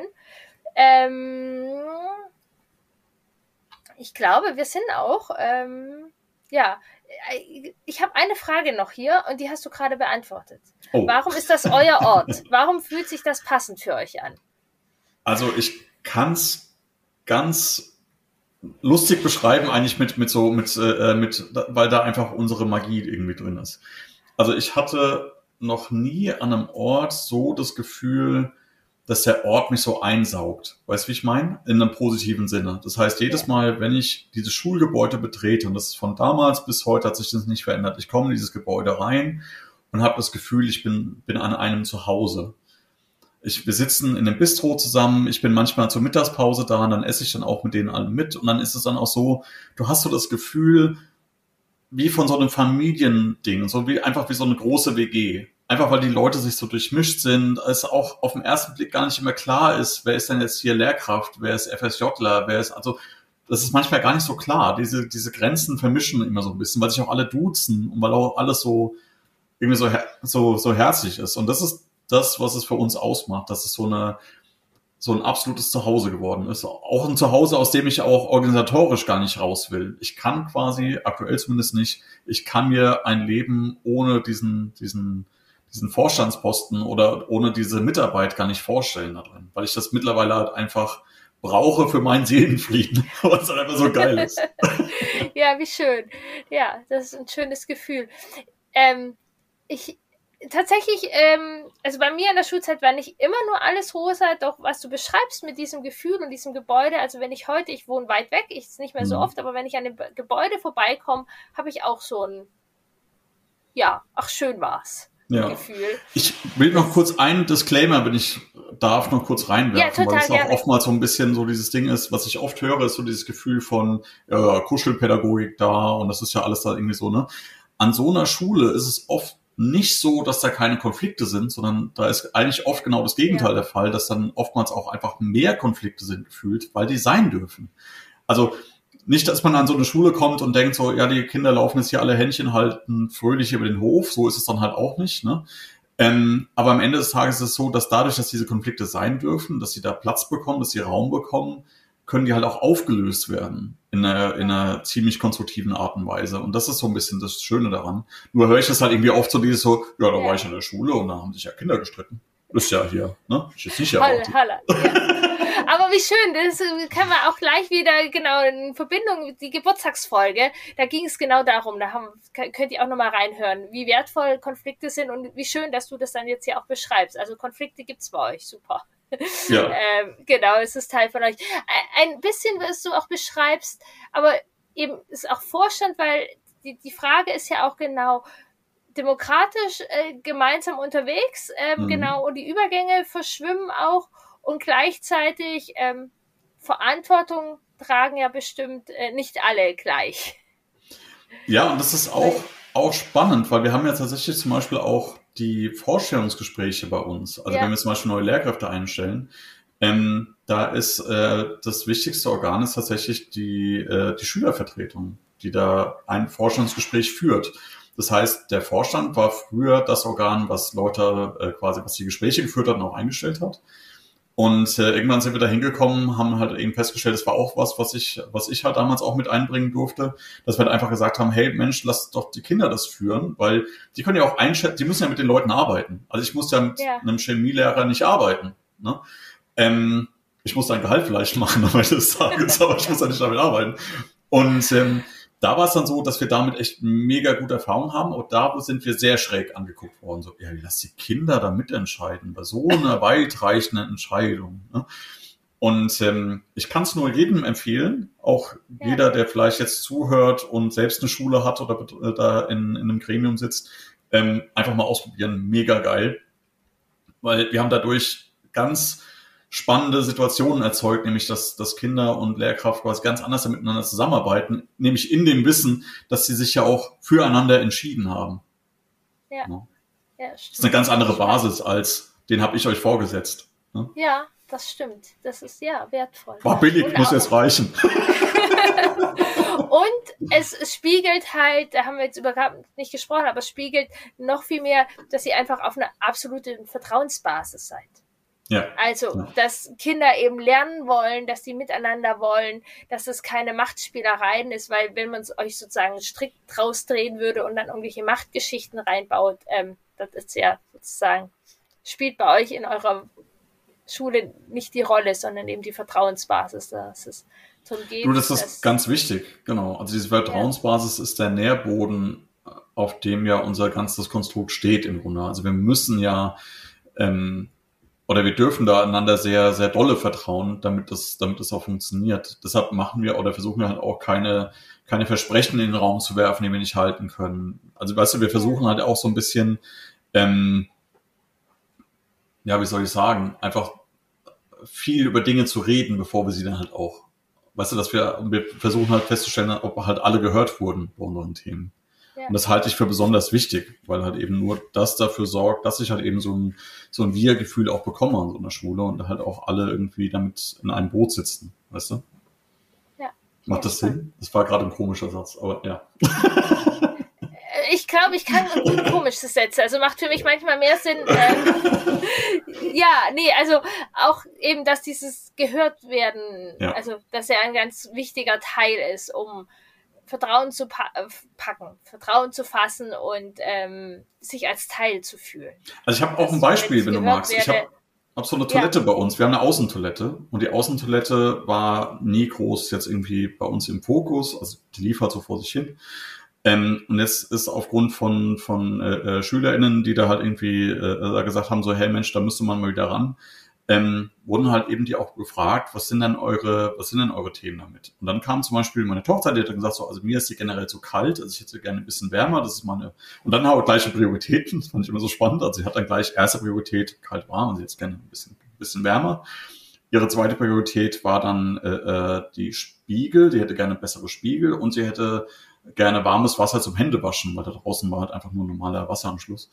Ich glaube, wir sind auch, ich habe eine Frage noch hier und die hast du gerade beantwortet. Oh. Warum ist das euer Ort? Warum fühlt sich das passend für euch an? Also ich kann es ganz lustig beschreiben, eigentlich weil da einfach unsere Magie irgendwie drin ist. Also ich hatte noch nie an einem Ort so das Gefühl, dass der Ort mich so einsaugt. Weißt du, wie ich meine? In einem positiven Sinne. Das heißt, jedes Mal, wenn ich dieses Schulgebäude betrete, und das ist von damals bis heute hat sich das nicht verändert, ich komme in dieses Gebäude rein und habe das Gefühl, ich bin an einem Zuhause. Wir sitzen in einem Bistro zusammen, ich bin manchmal zur Mittagspause da und dann esse ich dann auch mit denen allen mit und dann ist es dann auch so, du hast so das Gefühl, wie von so einem Familiending, einfach wie so eine große WG. Einfach weil die Leute sich so durchmischt sind, es auch auf den ersten Blick gar nicht immer klar ist, wer ist denn jetzt hier Lehrkraft, wer ist FSJler, also das ist manchmal gar nicht so klar. Diese Grenzen vermischen immer so ein bisschen, weil sich auch alle duzen und weil auch alles so irgendwie so herzlich ist. Und das ist das, was es für uns ausmacht, dass es so ein absolutes Zuhause geworden ist. Auch ein Zuhause, aus dem ich auch organisatorisch gar nicht raus will. Ich kann quasi, aktuell zumindest nicht, ich kann mir ein Leben ohne diesen Vorstandsposten oder ohne diese Mitarbeit gar nicht vorstellen da drin, weil ich das mittlerweile halt einfach brauche für meinen Seelenfrieden, weil es halt einfach so geil ist. Ja, wie schön. Ja, das ist ein schönes Gefühl. Tatsächlich, also bei mir in der Schulzeit war nicht immer nur alles rosa, doch was du beschreibst mit diesem Gefühl und diesem Gebäude, also wenn ich wohne weit weg, ich ist nicht mehr so oft, aber wenn ich an dem Gebäude vorbeikomme, habe ich auch so ein, ja, ach schön war's. Ja. Gefühl. Ich will noch kurz einen Disclaimer, wenn ich darf, noch kurz reinwerfen, ja, weil es auch oftmals so ein bisschen so dieses Ding ist, was ich oft höre, ist so dieses Gefühl von Kuschelpädagogik da und das ist ja alles da irgendwie so, ne? An so einer Schule ist es oft nicht so, dass da keine Konflikte sind, sondern da ist eigentlich oft genau das Gegenteil der Fall, dass dann oftmals auch einfach mehr Konflikte sind gefühlt, weil die sein dürfen. Also nicht, dass man an so eine Schule kommt und denkt so, ja, die Kinder laufen jetzt hier alle Händchen halten fröhlich über den Hof, so ist es dann halt auch nicht, ne? Aber am Ende des Tages ist es so, dass dadurch, dass diese Konflikte sein dürfen, dass sie da Platz bekommen, dass sie Raum bekommen, können die halt auch aufgelöst werden in einer ziemlich konstruktiven Art und Weise. Und das ist so ein bisschen das Schöne daran. Nur höre ich das halt irgendwie oft so dieses so, ja, da war ich in der Schule und da haben sich ja Kinder gestritten. Das ist ja hier, ne? Ich jetzt nicht erwartet. Holla. Ja. Aber wie schön, das kann man auch gleich wieder, genau, in Verbindung mit die Geburtstagsfolge, da ging es genau darum, könnt ihr auch nochmal reinhören, wie wertvoll Konflikte sind und wie schön, dass du das dann jetzt hier auch beschreibst. Also Konflikte gibt's bei euch, super. Ja. Genau, es ist Teil von euch. Ein bisschen, was du auch beschreibst, aber eben ist auch Vorstand, weil die Frage ist ja auch genau, demokratisch gemeinsam unterwegs, genau, und die Übergänge verschwimmen auch und gleichzeitig Verantwortung tragen ja bestimmt nicht alle gleich. Ja, und das ist auch spannend, weil wir haben ja tatsächlich zum Beispiel auch die Vorstellungsgespräche bei uns. Also wenn wir zum Beispiel neue Lehrkräfte einstellen, da ist das wichtigste Organ ist tatsächlich die Schülervertretung, die da ein Vorstellungsgespräch führt. Das heißt, der Vorstand war früher das Organ, was Leute was die Gespräche geführt hat und auch eingestellt hat. Und irgendwann sind wir da hingekommen, haben halt eben festgestellt, es war auch was ich halt damals auch mit einbringen durfte, dass wir halt einfach gesagt haben, hey Mensch, lass doch die Kinder das führen, weil die können ja auch einschätzen, die müssen ja mit den Leuten arbeiten. Also ich muss ja mit einem Chemielehrer nicht arbeiten. Ne? Ich muss ein Gehalt vielleicht machen am Ende des Tages, aber ich muss ja nicht damit arbeiten. Und da war es dann so, dass wir damit echt mega gute Erfahrungen haben. Und da sind wir sehr schräg angeguckt worden. So, ja, lass die Kinder da mitentscheiden bei so einer weitreichenden Entscheidung. Ne? Und ich kann es nur jedem empfehlen, auch jeder, der vielleicht jetzt zuhört und selbst eine Schule hat oder da in einem Gremium sitzt, einfach mal ausprobieren. Mega geil. Weil wir haben dadurch ganz spannende Situationen erzeugt, nämlich dass Kinder und Lehrkraft quasi ganz anders miteinander zusammenarbeiten, nämlich in dem Wissen, dass sie sich ja auch füreinander entschieden haben. Ja. Ja, das ist eine ganz andere Basis als, den habe ich euch vorgesetzt. Ne? Ja, das stimmt. Das ist ja wertvoll. War billig, muss jetzt reichen. Und es spiegelt halt, da haben wir jetzt überhaupt nicht gesprochen, aber es spiegelt noch viel mehr, dass ihr einfach auf einer absoluten Vertrauensbasis seid. Ja. Also, dass Kinder eben lernen wollen, dass die miteinander wollen, dass es keine Machtspielereien ist, weil wenn man es euch sozusagen strikt rausdrehen würde und dann irgendwelche Machtgeschichten reinbaut, das ist ja sozusagen, spielt bei euch in eurer Schule nicht die Rolle, sondern eben die Vertrauensbasis, dass es darum geht. Du, das ist ganz wichtig, genau. Also diese Vertrauensbasis ist der Nährboden, auf dem ja unser ganzes Konstrukt steht im Grunde. Also wir müssen ja oder wir dürfen da einander sehr, sehr dolle vertrauen, damit das auch funktioniert. Deshalb machen wir oder versuchen wir halt auch keine Versprechen in den Raum zu werfen, die wir nicht halten können. Also weißt du, wir versuchen halt auch so ein bisschen, ja, wie soll ich sagen, einfach viel über Dinge zu reden, bevor wir sie dann halt auch, weißt du, wir versuchen halt festzustellen, ob halt alle gehört wurden bei unseren Themen. Ja. Und das halte ich für besonders wichtig, weil halt eben nur das dafür sorgt, dass ich halt eben so ein Wir-Gefühl auch bekomme an so einer Schule und halt auch alle irgendwie damit in einem Boot sitzen, weißt du? Ja. Macht das Sinn? Das war gerade ein komischer Satz, aber ja. Ich glaube, ich kann gut komische Sätze. Also macht für mich manchmal mehr Sinn. Also auch eben, dass dieses gehört werden, also dass er ein ganz wichtiger Teil ist, um Vertrauen zu packen, Vertrauen zu fassen und sich als Teil zu fühlen. Also ich habe auch ein Beispiel, wenn du magst. Ich habe so eine Toilette bei uns. Wir haben eine Außentoilette und die Außentoilette war nie groß jetzt irgendwie bei uns im Fokus. Also die lief halt so vor sich hin. Und jetzt ist aufgrund von SchülerInnen, die da halt irgendwie gesagt haben, so, hey Mensch, da müsste man mal wieder ran, wurden halt eben die auch gefragt, was sind denn eure Themen damit? Und dann kam zum Beispiel meine Tochter, die hat dann gesagt, so, also mir ist die generell zu kalt, also ich hätte gerne ein bisschen wärmer, das ist meine, und dann haben wir gleiche Prioritäten, das fand ich immer so spannend, also sie hat dann gleich erste Priorität kalt warm, und sie jetzt gerne ein bisschen wärmer. Ihre zweite Priorität war dann die Spiegel, die hätte gerne bessere Spiegel und sie hätte gerne warmes Wasser zum Händewaschen, weil da draußen war halt einfach nur normaler Wasseranschluss.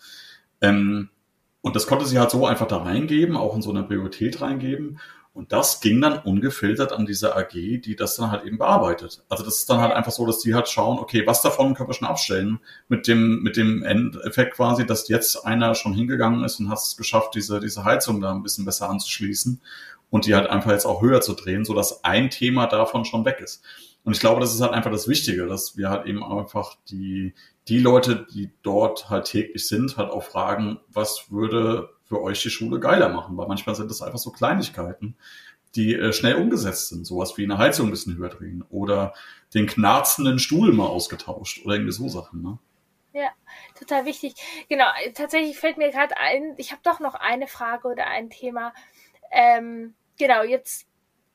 Und das konnte sie halt so einfach da reingeben, auch in so eine Priorität reingeben. Und das ging dann ungefiltert an diese AG, die das dann halt eben bearbeitet. Also das ist dann halt einfach so, dass die halt schauen, okay, was davon können wir schon abstellen, mit dem Endeffekt quasi, dass jetzt einer schon hingegangen ist und hat es geschafft, diese Heizung da ein bisschen besser anzuschließen und die halt einfach jetzt auch höher zu drehen, sodass ein Thema davon schon weg ist. Und ich glaube, das ist halt einfach das Wichtige, dass wir halt eben einfach die Leute, die dort halt täglich sind, halt auch fragen, was würde für euch die Schule geiler machen? Weil manchmal sind das einfach so Kleinigkeiten, die schnell umgesetzt sind. Sowas wie eine Heizung ein bisschen höher drehen oder den knarzenden Stuhl mal ausgetauscht oder irgendwie so Sachen, ne? Ja, total wichtig. Genau, tatsächlich fällt mir gerade ein, ich habe doch noch eine Frage oder ein Thema. Genau, jetzt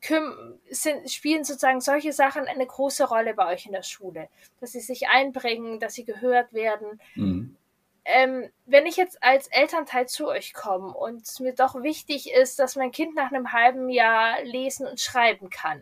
spielen sozusagen solche Sachen eine große Rolle bei euch in der Schule, dass sie sich einbringen, dass sie gehört werden. Mhm. Wenn ich jetzt als Elternteil zu euch komme und es mir doch wichtig ist, dass mein Kind nach einem halben Jahr lesen und schreiben kann,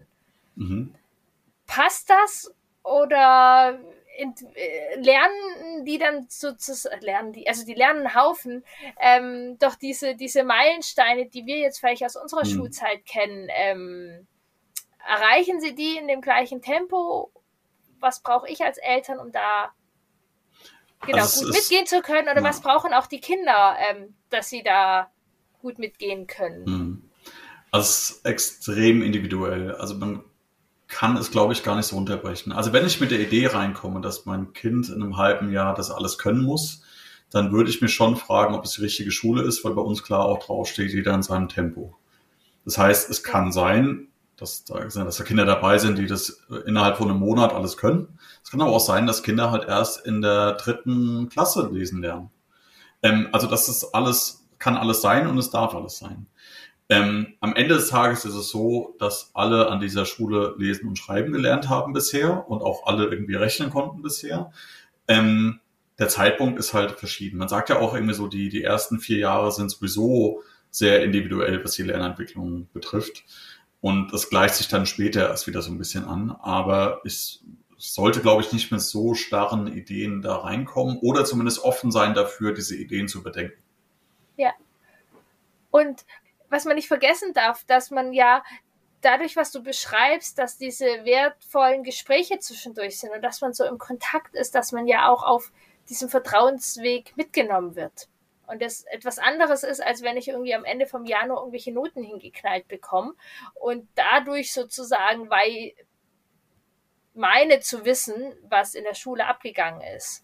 passt das oder lernen die dann sozusagen, die lernen einen Haufen, doch diese Meilensteine, die wir jetzt vielleicht aus unserer Schulzeit kennen, erreichen sie die in dem gleichen Tempo? Was brauche ich als Eltern, um da gut mitgehen zu können? Oder was brauchen auch die Kinder, dass sie da gut mitgehen können? Also es ist extrem individuell. Also man kann es, glaube ich, gar nicht so unterbrechen. Also wenn ich mit der Idee reinkomme, dass mein Kind in einem halben Jahr das alles können muss, dann würde ich mir schon fragen, ob es die richtige Schule ist, weil bei uns klar auch draufsteht, jeder in seinem Tempo. Das heißt, es kann sein, dass da Kinder dabei sind, die das innerhalb von einem Monat alles können. Es kann aber auch sein, dass Kinder halt erst in der 3. Klasse lesen lernen. Also das ist alles, kann alles sein und es darf alles sein. Am Ende des Tages ist es so, dass alle an dieser Schule lesen und schreiben gelernt haben bisher und auch alle irgendwie rechnen konnten bisher. Der Zeitpunkt ist halt verschieden. Man sagt ja auch irgendwie so, die ersten 4 Jahre sind sowieso sehr individuell, was die Lernentwicklung betrifft. Und das gleicht sich dann später erst wieder so ein bisschen an. Aber ich sollte, glaube ich, nicht mit so starren Ideen da reinkommen oder zumindest offen sein dafür, diese Ideen zu überdenken. Ja. Und was man nicht vergessen darf, dass man ja dadurch, was du beschreibst, dass diese wertvollen Gespräche zwischendurch sind und dass man so im Kontakt ist, dass man ja auch auf diesem Vertrauensweg mitgenommen wird. Und das etwas anderes ist, als wenn ich irgendwie am Ende vom Jahr nur irgendwelche Noten hingeknallt bekomme und dadurch sozusagen, weil meine zu wissen, was in der Schule abgegangen ist.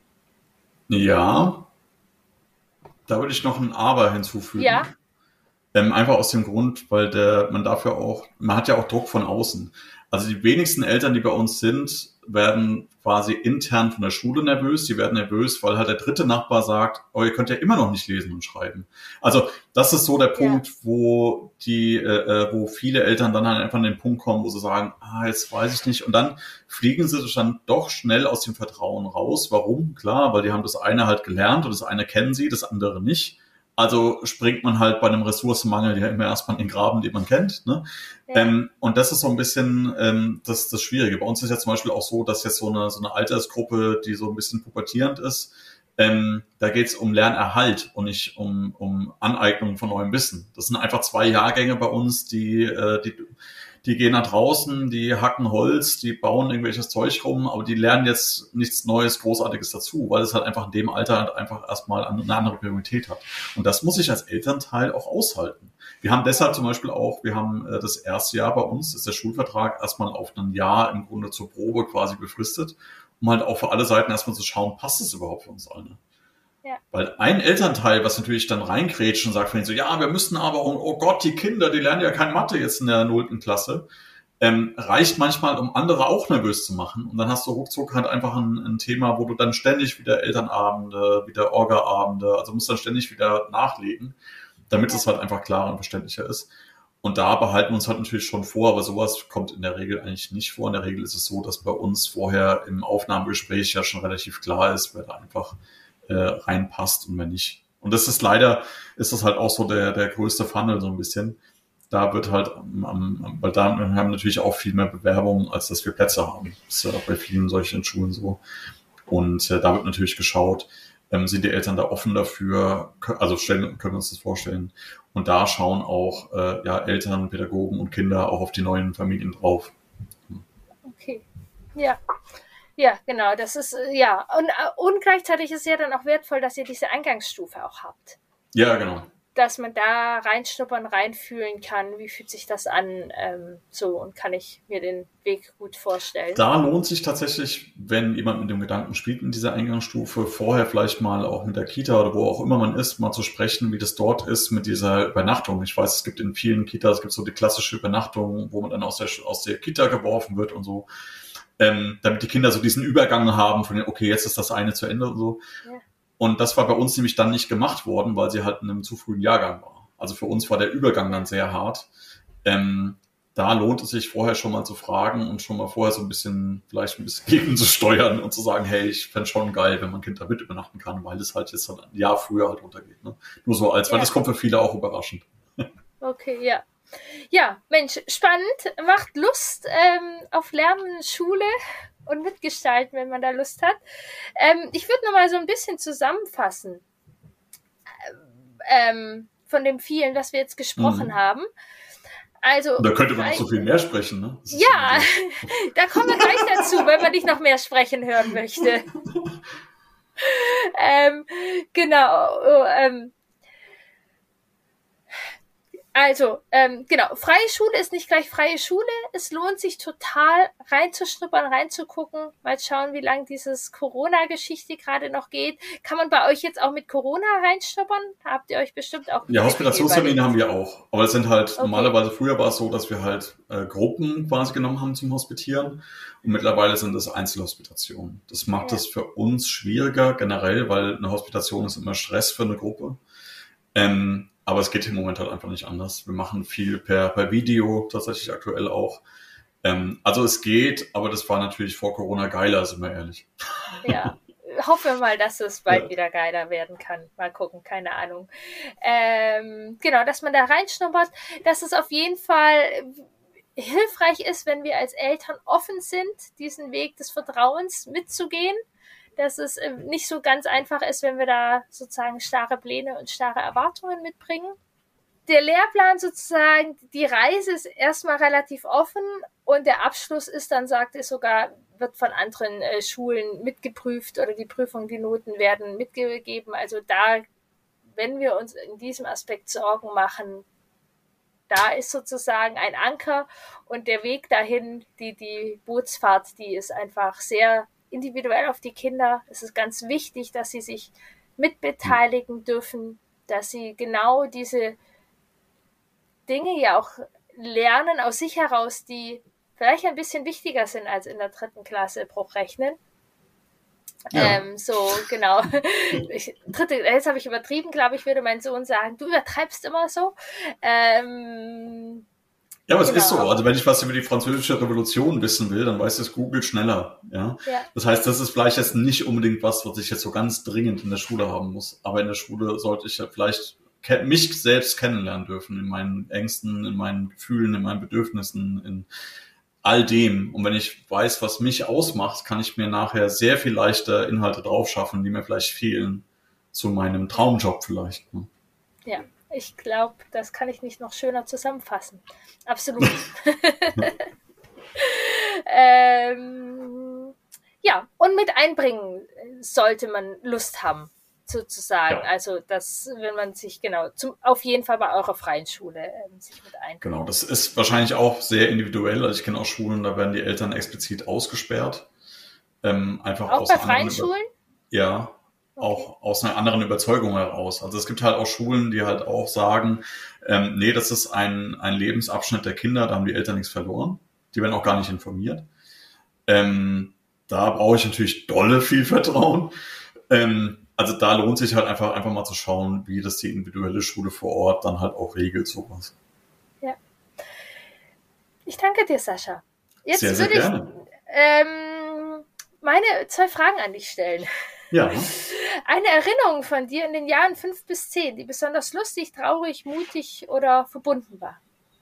Ja, da würde ich noch ein Aber hinzufügen. Ja. Einfach aus dem Grund, weil man hat ja auch Druck von außen. Also die wenigsten Eltern, die bei uns sind, werden quasi intern von der Schule nervös. Die werden nervös, weil halt der dritte Nachbar sagt, oh, ihr könnt ja immer noch nicht lesen und schreiben. Also das ist so der Ja, Punkt, wo viele Eltern dann halt einfach an den Punkt kommen, wo sie sagen, jetzt weiß ich nicht. Und dann fliegen sie dann doch schnell aus dem Vertrauen raus. Warum? Klar, weil die haben das eine halt gelernt und das eine kennen sie, das andere nicht. Also springt man halt bei einem Ressourcenmangel ja immer erstmal in den Graben, den man kennt. Ne? ja, Und das ist so ein bisschen das Schwierige. Bei uns ist ja zum Beispiel auch so, dass jetzt so eine Altersgruppe, die so ein bisschen pubertierend ist, da geht es um Lernerhalt und nicht um Aneignung von neuem Wissen. Das sind einfach 2 Jahrgänge bei uns, die gehen nach draußen, die hacken Holz, die bauen irgendwelches Zeug rum, aber die lernen jetzt nichts Neues, Großartiges dazu, weil es halt einfach in dem Alter halt einfach erstmal eine andere Priorität hat. Und das muss ich als Elternteil auch aushalten. Wir haben deshalb zum Beispiel auch, das erste Jahr bei uns, ist der Schulvertrag erstmal auf ein Jahr im Grunde zur Probe quasi befristet, um halt auch für alle Seiten erstmal zu schauen, passt es überhaupt für uns alle? ja, Weil ein Elternteil, was natürlich dann reingrätscht und sagt von ihnen so, ja, wir müssen aber, oh Gott, die Kinder, die lernen ja kein Mathe jetzt in der 0. Klasse, reicht manchmal, um andere auch nervös zu machen. Und dann hast du ruckzuck halt einfach ein Thema, wo du dann ständig wieder Elternabende, wieder Orga-Abende, also musst dann ständig wieder nachlegen, damit ja. es halt einfach klarer und verständlicher ist. Und da behalten wir uns halt natürlich schon vor, aber sowas kommt in der Regel eigentlich nicht vor. In der Regel ist es so, dass bei uns vorher im Aufnahmegespräch ja schon relativ klar ist, wer da einfach reinpasst und wer nicht. Und das ist leider, ist das halt auch so der größte Funnel so ein bisschen. Da wird halt, weil da haben wir natürlich auch viel mehr Bewerbungen, als dass wir Plätze haben. Das ist ja auch bei vielen solchen Schulen so. Und da wird natürlich geschaut, sind die Eltern da offen dafür, also können wir uns das vorstellen. Und da schauen auch Eltern, Pädagogen und Kinder auch auf die neuen Familien drauf. Okay. Ja. Ja, genau, das ist, ja. Und gleichzeitig ist es ja dann auch wertvoll, dass ihr diese Eingangsstufe auch habt. Ja, genau. Dass man da reinschnuppern, reinfühlen kann, wie fühlt sich das an, so, und kann ich mir den Weg gut vorstellen. Da lohnt sich tatsächlich, wenn jemand mit dem Gedanken spielt in dieser Eingangsstufe, vorher vielleicht mal auch mit der Kita oder wo auch immer man ist, mal zu sprechen, wie das dort ist mit dieser Übernachtung. Ich weiß, es gibt in vielen Kitas, es gibt so die klassische Übernachtung, wo man dann aus der Kita geworfen wird und so, damit die Kinder so diesen Übergang haben von, okay, jetzt ist das eine zu Ende und so. Ja. Und das war bei uns nämlich dann nicht gemacht worden, weil sie halt in einem zu frühen Jahrgang war. Also für uns war der Übergang dann sehr hart. Da lohnt es sich vorher schon mal zu fragen und schon mal vorher so vielleicht ein bisschen gegen zu steuern und zu sagen, hey, ich fände schon geil, wenn mein Kind da mit übernachten kann, weil es halt jetzt halt ein Jahr früher halt runtergeht. Ne? Nur so weil das kommt für viele auch überraschend. Okay, ja. Ja, Mensch, spannend, macht Lust auf Lernen, Schule und mitgestalten, wenn man da Lust hat. Ich würde noch mal so ein bisschen zusammenfassen von dem vielen, was wir jetzt gesprochen haben. Also, da könnte man auch so viel mehr sprechen, ne? Ja, da kommen wir gleich dazu, wenn man dich noch mehr sprechen hören möchte. Genau. Also, genau, freie Schule ist nicht gleich freie Schule. Es lohnt sich total reinzuschnuppern, reinzugucken, mal schauen, wie lange dieses Corona-Geschichte gerade noch geht. Kann man bei euch jetzt auch mit Corona reinschnuppern? Habt ihr euch bestimmt auch... Ja, Hospitationstermine haben wir auch. Aber es sind halt, normalerweise früher war es so, dass wir halt Gruppen quasi genommen haben zum Hospitieren. Und mittlerweile sind es Einzelhospitationen. Das macht es für uns schwieriger generell, weil eine Hospitation ist immer Stress für eine Gruppe. Aber es geht im Moment halt einfach nicht anders. Wir machen viel per Video, tatsächlich aktuell auch. Also es geht, aber das war natürlich vor Corona geiler, sind wir ehrlich. Ja, hoffe mal, dass es bald wieder geiler werden kann. Mal gucken, keine Ahnung. Genau, dass man da reinschnuppert, dass es auf jeden Fall hilfreich ist, wenn wir als Eltern offen sind, diesen Weg des Vertrauens mitzugehen. Dass es nicht so ganz einfach ist, wenn wir da sozusagen starre Pläne und starre Erwartungen mitbringen. Der Lehrplan sozusagen, die Reise ist erstmal relativ offen und der Abschluss ist dann, sagt es sogar, wird von anderen Schulen mitgeprüft oder die Prüfung, die Noten werden mitgegeben. Also da, wenn wir uns in diesem Aspekt Sorgen machen, da ist sozusagen ein Anker und der Weg dahin, die Bootsfahrt, die ist einfach sehr individuell auf die Kinder. Es ist ganz wichtig, dass sie sich mitbeteiligen dürfen, dass sie genau diese Dinge ja auch lernen aus sich heraus, die vielleicht ein bisschen wichtiger sind als in der 3. Klasse Bruchrechnen. Ja. So, genau. Jetzt habe ich übertrieben, glaube ich, würde mein Sohn sagen, du übertreibst immer so. Ja, aber es ist so. Also wenn ich was über die Französische Revolution wissen will, dann weiß es Google schneller. Ja? Das heißt, das ist vielleicht jetzt nicht unbedingt was ich jetzt so ganz dringend in der Schule haben muss. Aber in der Schule sollte ich ja vielleicht mich selbst kennenlernen dürfen, in meinen Ängsten, in meinen Gefühlen, in meinen Bedürfnissen, in all dem. Und wenn ich weiß, was mich ausmacht, kann ich mir nachher sehr viel leichter Inhalte drauf schaffen, die mir vielleicht fehlen, zu meinem Traumjob vielleicht. Ne? Ja, ich glaube, das kann ich nicht noch schöner zusammenfassen. Absolut. Ja, und mit einbringen sollte man Lust haben, sozusagen. Ja. Also, dass, wenn man sich, auf jeden Fall bei eurer freien Schule sich mit einbringt. Genau, das ist wahrscheinlich auch sehr individuell. Also ich kenne auch Schulen, da werden die Eltern explizit ausgesperrt. Einfach auch bei freien Schulen? Ja, okay. Auch aus einer anderen Überzeugung heraus. Also es gibt halt auch Schulen, die halt auch sagen, nee, das ist ein Lebensabschnitt der Kinder, da haben die Eltern nichts verloren. Die werden auch gar nicht informiert. Da brauche ich natürlich dolle viel Vertrauen. Also da lohnt sich halt einfach mal zu schauen, wie das die individuelle Schule vor Ort dann halt auch regelt, sowas. Ja. Ich danke dir, Sascha. Jetzt sehr, sehr gerne. Meine 2 Fragen an dich stellen. Ja. Eine Erinnerung von dir in den Jahren 5 bis 10, die besonders lustig, traurig, mutig oder verbunden war?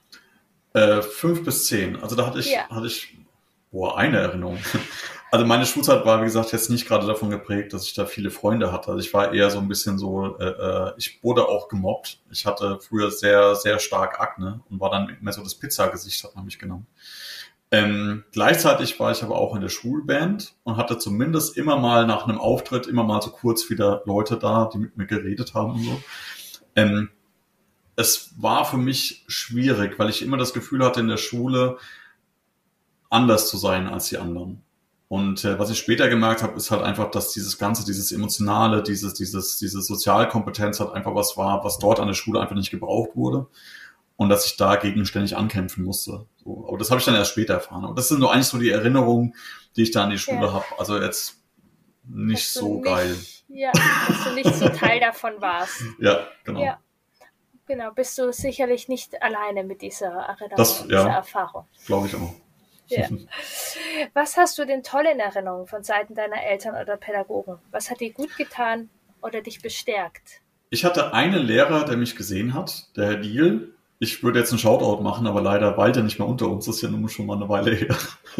5 bis 10. Also da hatte ich eine Erinnerung. Also meine Schulzeit war, wie gesagt, jetzt nicht gerade davon geprägt, dass ich da viele Freunde hatte. Also ich war eher so ein bisschen so, ich wurde auch gemobbt. Ich hatte früher sehr, sehr stark Akne und war dann mehr so das Pizzagesicht, hat man mich genannt. Gleichzeitig war ich aber auch in der Schulband und hatte zumindest immer mal nach einem Auftritt immer mal so kurz wieder Leute da, die mit mir geredet haben und so. Es war für mich schwierig, weil ich immer das Gefühl hatte, in der Schule anders zu sein als die anderen. Und was ich später gemerkt habe, ist halt einfach, dass dieses Emotionale, diese Sozialkompetenz halt einfach was war, was dort an der Schule einfach nicht gebraucht wurde. Und dass ich dagegen ständig ankämpfen musste. So, aber das habe ich dann erst später erfahren. Aber das sind eigentlich so die Erinnerungen, die ich da an die Schule habe. Also jetzt nicht so geil. Ja, dass du nicht so Teil davon warst. Ja, genau. Ja, genau, bist du sicherlich nicht alleine mit dieser Erinnerung, dieser Erfahrung. Glaube ich auch. Ja. Was hast du denn toll in Erinnerung von Seiten deiner Eltern oder Pädagogen? Was hat dir gut getan oder dich bestärkt? Ich hatte einen Lehrer, der mich gesehen hat, der Herr Diel. Ich würde jetzt einen Shoutout machen, aber leider weilt er nicht mehr unter uns. Das ist ja nun schon mal eine Weile her.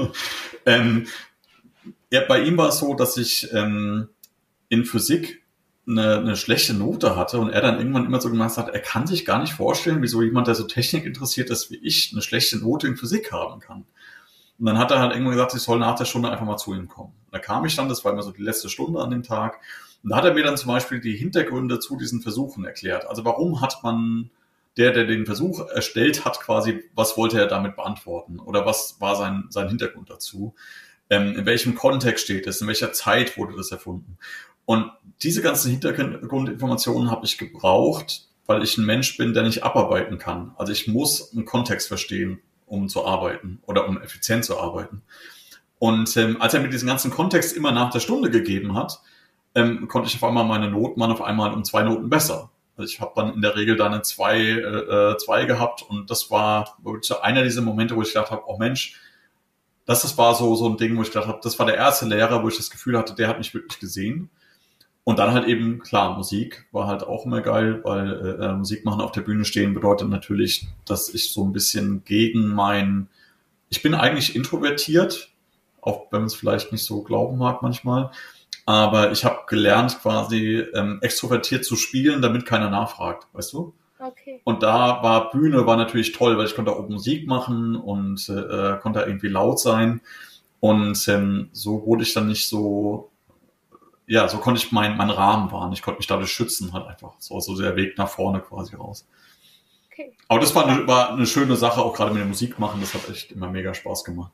Bei ihm war es so, dass ich in Physik eine schlechte Note hatte und er dann irgendwann immer so gemacht hat, er kann sich gar nicht vorstellen, wieso jemand, der so Technik interessiert ist wie ich, eine schlechte Note in Physik haben kann. Und dann hat er halt irgendwann gesagt, ich soll nach der Stunde einfach mal zu ihm kommen. Da kam ich dann, das war immer so die letzte Stunde an dem Tag. Und da hat er mir dann zum Beispiel die Hintergründe zu diesen Versuchen erklärt. Also warum hat man, der den Versuch erstellt hat, quasi, was wollte er damit beantworten? Oder was war sein Hintergrund dazu? In welchem Kontext steht es? In welcher Zeit wurde das erfunden? Und diese ganzen Hintergrundinformationen habe ich gebraucht, weil ich ein Mensch bin, der nicht abarbeiten kann. Also ich muss einen Kontext verstehen, um zu arbeiten oder um effizient zu arbeiten. Und als er mir diesen ganzen Kontext immer nach der Stunde gegeben hat, konnte ich auf einmal meine Noten auf einmal um 2 Noten besser. Also ich habe dann in der Regel da eine 2 gehabt und das war wirklich einer dieser Momente, wo ich gedacht habe, oh Mensch, das war so ein Ding, wo ich gedacht habe, das war der erste Lehrer, wo ich das Gefühl hatte, der hat mich wirklich gesehen. Und dann halt eben, klar, Musik war halt auch immer geil, weil Musik machen auf der Bühne stehen bedeutet natürlich, dass ich so ein bisschen ich bin eigentlich introvertiert, auch wenn man es vielleicht nicht so glauben mag manchmal, aber ich habe gelernt quasi extrovertiert zu spielen, damit keiner nachfragt, weißt du? Okay. Und da Bühne war natürlich toll, weil ich konnte auch Musik machen und konnte irgendwie laut sein und so wurde ich dann nicht so, ja, so konnte ich meinen Rahmen wahren. Ich konnte mich dadurch schützen, halt einfach. So der Weg nach vorne quasi raus. Okay. Aber das war eine schöne Sache, auch gerade mit der Musik machen. Das hat echt immer mega Spaß gemacht.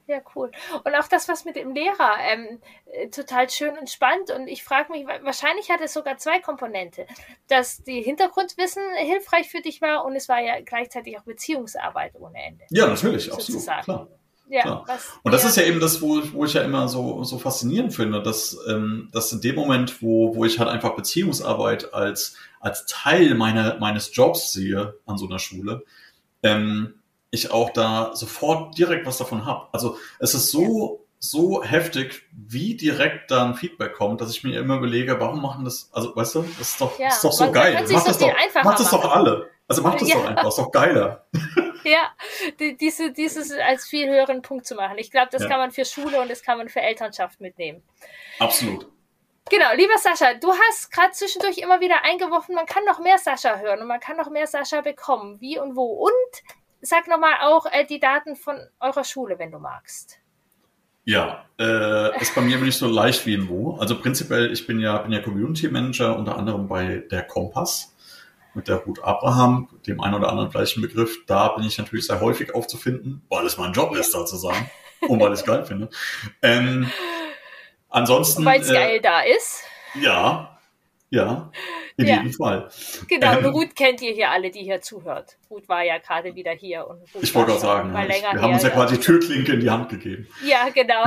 Ja, cool. Und auch das, was mit dem Lehrer, total schön und spannend. Und ich frage mich, wahrscheinlich hat es sogar zwei Komponente, dass die Hintergrundwissen hilfreich für dich war und es war ja gleichzeitig auch Beziehungsarbeit ohne Ende. Ja, natürlich, absolut, Sozusagen. klar. Ja, Klar. Und das ist ja eben das, wo ich ja immer so faszinierend finde, dass in dem Moment, wo ich halt einfach Beziehungsarbeit als Teil meines Jobs sehe an so einer Schule, ich auch da sofort direkt was davon habe. Also es ist so heftig, wie direkt da ein Feedback kommt, dass ich mir immer überlege, warum machen das, also weißt du, das ist doch so geil. Macht das doch alle. Also macht das doch einfach, ist doch geiler. Ja, dieses als viel höheren Punkt zu machen. Ich glaube, das kann man für Schule und das kann man für Elternschaft mitnehmen. Absolut. Genau, lieber Sascha, du hast gerade zwischendurch immer wieder eingeworfen, man kann noch mehr Sascha hören und man kann noch mehr Sascha bekommen. Wie und wo? Und sag nochmal auch die Daten von eurer Schule, wenn du magst. Ja, ist bei mir nicht so leicht wie in wo. Also prinzipiell, ich bin ja Community Manager, unter anderem bei der Kompass mit der Ruth Abraham, dem einen oder anderen vielleicht ein Begriff. Da bin ich natürlich sehr häufig aufzufinden, weil es mein Job ist, sozusagen. Und weil ich es geil finde. Ansonsten. Weil es geil da ist. Ja, in jedem Fall. Genau, und Ruth kennt ihr hier alle, die hier zuhört. Ruth war ja gerade wieder hier. Und Ruth ich wollte gerade sagen, wir haben uns ja quasi die Türklinke in die Hand gegeben. Ja, genau.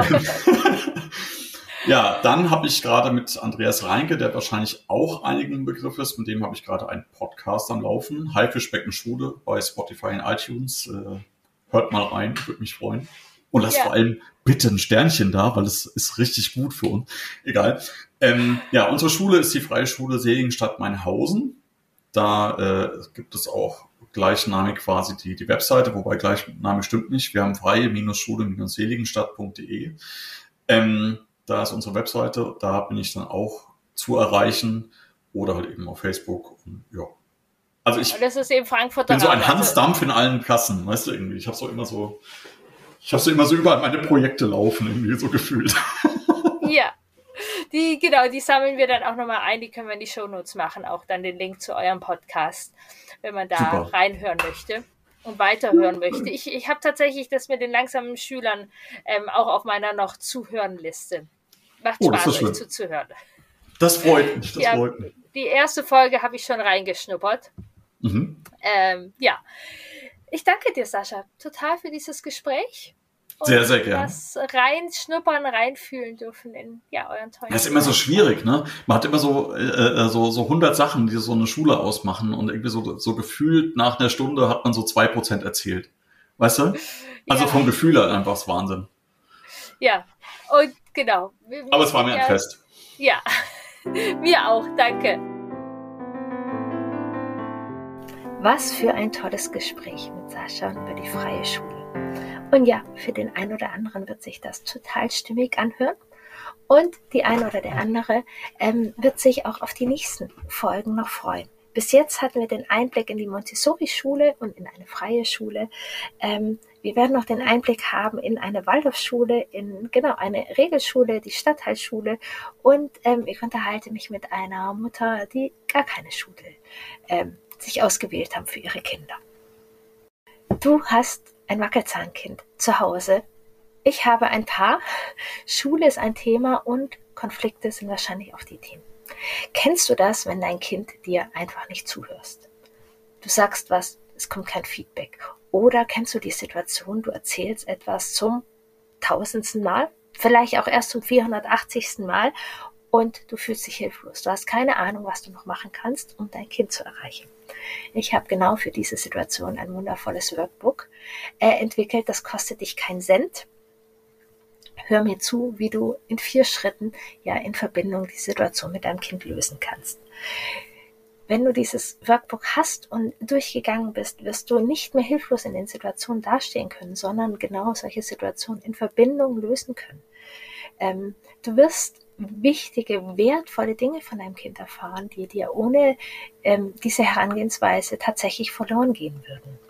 Ja, dann habe ich gerade mit Andreas Reinke, der wahrscheinlich auch einigen Begriff ist, mit dem habe ich gerade einen Podcast am Laufen. Haifischbeckenschule bei Spotify und iTunes. Hört mal rein, würde mich freuen. Und lasst vor allem bitte ein Sternchen da, weil es ist richtig gut für uns. Egal. Unsere Schule ist die Freie Schule Seligenstadt-Mainhausen. Da gibt es auch gleichnamig quasi die Webseite, wobei gleichnamig stimmt nicht. Wir haben freie-schule-seligenstadt.de. Da ist unsere Webseite, da bin ich dann auch zu erreichen oder halt eben auf Facebook. Und, ja. Also das ist eben Frankfurter bin so ein Hans Dampf in allen Klassen, weißt du irgendwie. Ich habe so immer so überall meine Projekte laufen, irgendwie so gefühlt. Ja, die sammeln wir dann auch nochmal ein, die können wir in die Shownotes machen, auch dann den Link zu eurem Podcast, wenn man da reinhören möchte und weiterhören möchte. Ich habe tatsächlich das mit den langsamen Schülern auch auf meiner noch Zuhörenliste. Macht Spaß, euch zuzuhören. Das freut mich, freut mich. Die erste Folge habe ich schon reingeschnuppert. Mhm. Ich danke dir, Sascha, total für dieses Gespräch. Sehr, sehr gerne. Das reinschnuppern, reinfühlen dürfen in euren tollen. Das ist immer so schwierig, ne? Man hat immer so 100 Sachen, die so eine Schule ausmachen und irgendwie so gefühlt nach einer Stunde hat man so 2% erzählt. Weißt du? Also vom Gefühl her einfach das Wahnsinn. Ja, und genau. Aber es war mir ein Fest. Ja, mir auch, danke. Was für ein tolles Gespräch mit Sascha über die Freie Schule. Und ja, für den einen oder anderen wird sich das total stimmig anhören. Und die eine oder der andere wird sich auch auf die nächsten Folgen noch freuen. Bis jetzt hatten wir den Einblick in die Montessori-Schule und in eine freie Schule. Wir werden noch den Einblick haben in eine Waldorfschule, in eine Regelschule, die Stadtteilschule. Und ich unterhalte mich mit einer Mutter, die gar keine Schule sich ausgewählt haben für ihre Kinder. Du hast ein Wackelzahnkind zu Hause. Ich habe ein paar. Schule ist ein Thema und Konflikte sind wahrscheinlich auch die Themen. Kennst du das, wenn dein Kind dir einfach nicht zuhörst? Du sagst was, es kommt kein Feedback. Oder kennst du die Situation, du erzählst etwas zum 1000. Mal, vielleicht auch erst zum 480. Mal und du fühlst dich hilflos. Du hast keine Ahnung, was du noch machen kannst, um dein Kind zu erreichen. Ich habe genau für diese Situation ein wundervolles Workbook entwickelt. Das kostet dich keinen Cent. Hör mir zu, wie du in 4 Schritten in Verbindung die Situation mit deinem Kind lösen kannst. Wenn du dieses Workbook hast und durchgegangen bist, wirst du nicht mehr hilflos in den Situationen dastehen können, sondern genau solche Situationen in Verbindung lösen können. Du wirst wichtige, wertvolle Dinge von deinem Kind erfahren, die dir ohne diese Herangehensweise tatsächlich verloren gehen würden.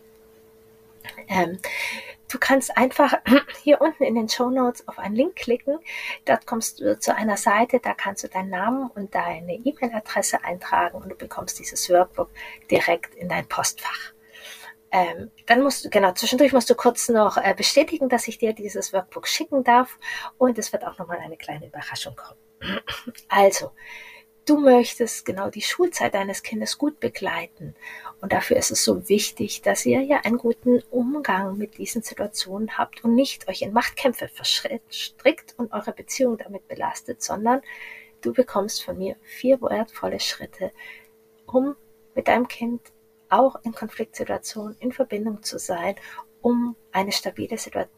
Du kannst einfach hier unten in den Shownotes auf einen Link klicken. Dort kommst du zu einer Seite, da kannst du deinen Namen und deine E-Mail-Adresse eintragen und du bekommst dieses Workbook direkt in dein Postfach. Dann zwischendurch musst du kurz noch bestätigen, dass ich dir dieses Workbook schicken darf, und es wird auch nochmal eine kleine Überraschung kommen. Also, du möchtest genau die Schulzeit deines Kindes gut begleiten, und dafür ist es so wichtig, dass ihr ja einen guten Umgang mit diesen Situationen habt und nicht euch in Machtkämpfe verstrickt und eure Beziehung damit belastet, sondern du bekommst von mir 4 wertvolle Schritte, um mit deinem Kind auch in Konfliktsituationen in Verbindung zu sein, um eine stabile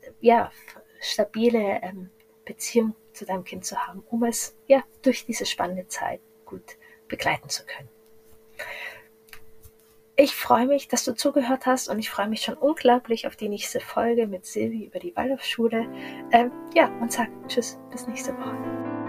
Beziehung zu deinem Kind zu haben, um es durch diese spannende Zeit gut begleiten zu können. Ich freue mich, dass du zugehört hast, und ich freue mich schon unglaublich auf die nächste Folge mit Silvi über die Waldorfschule. Und sag Tschüss, bis nächste Woche.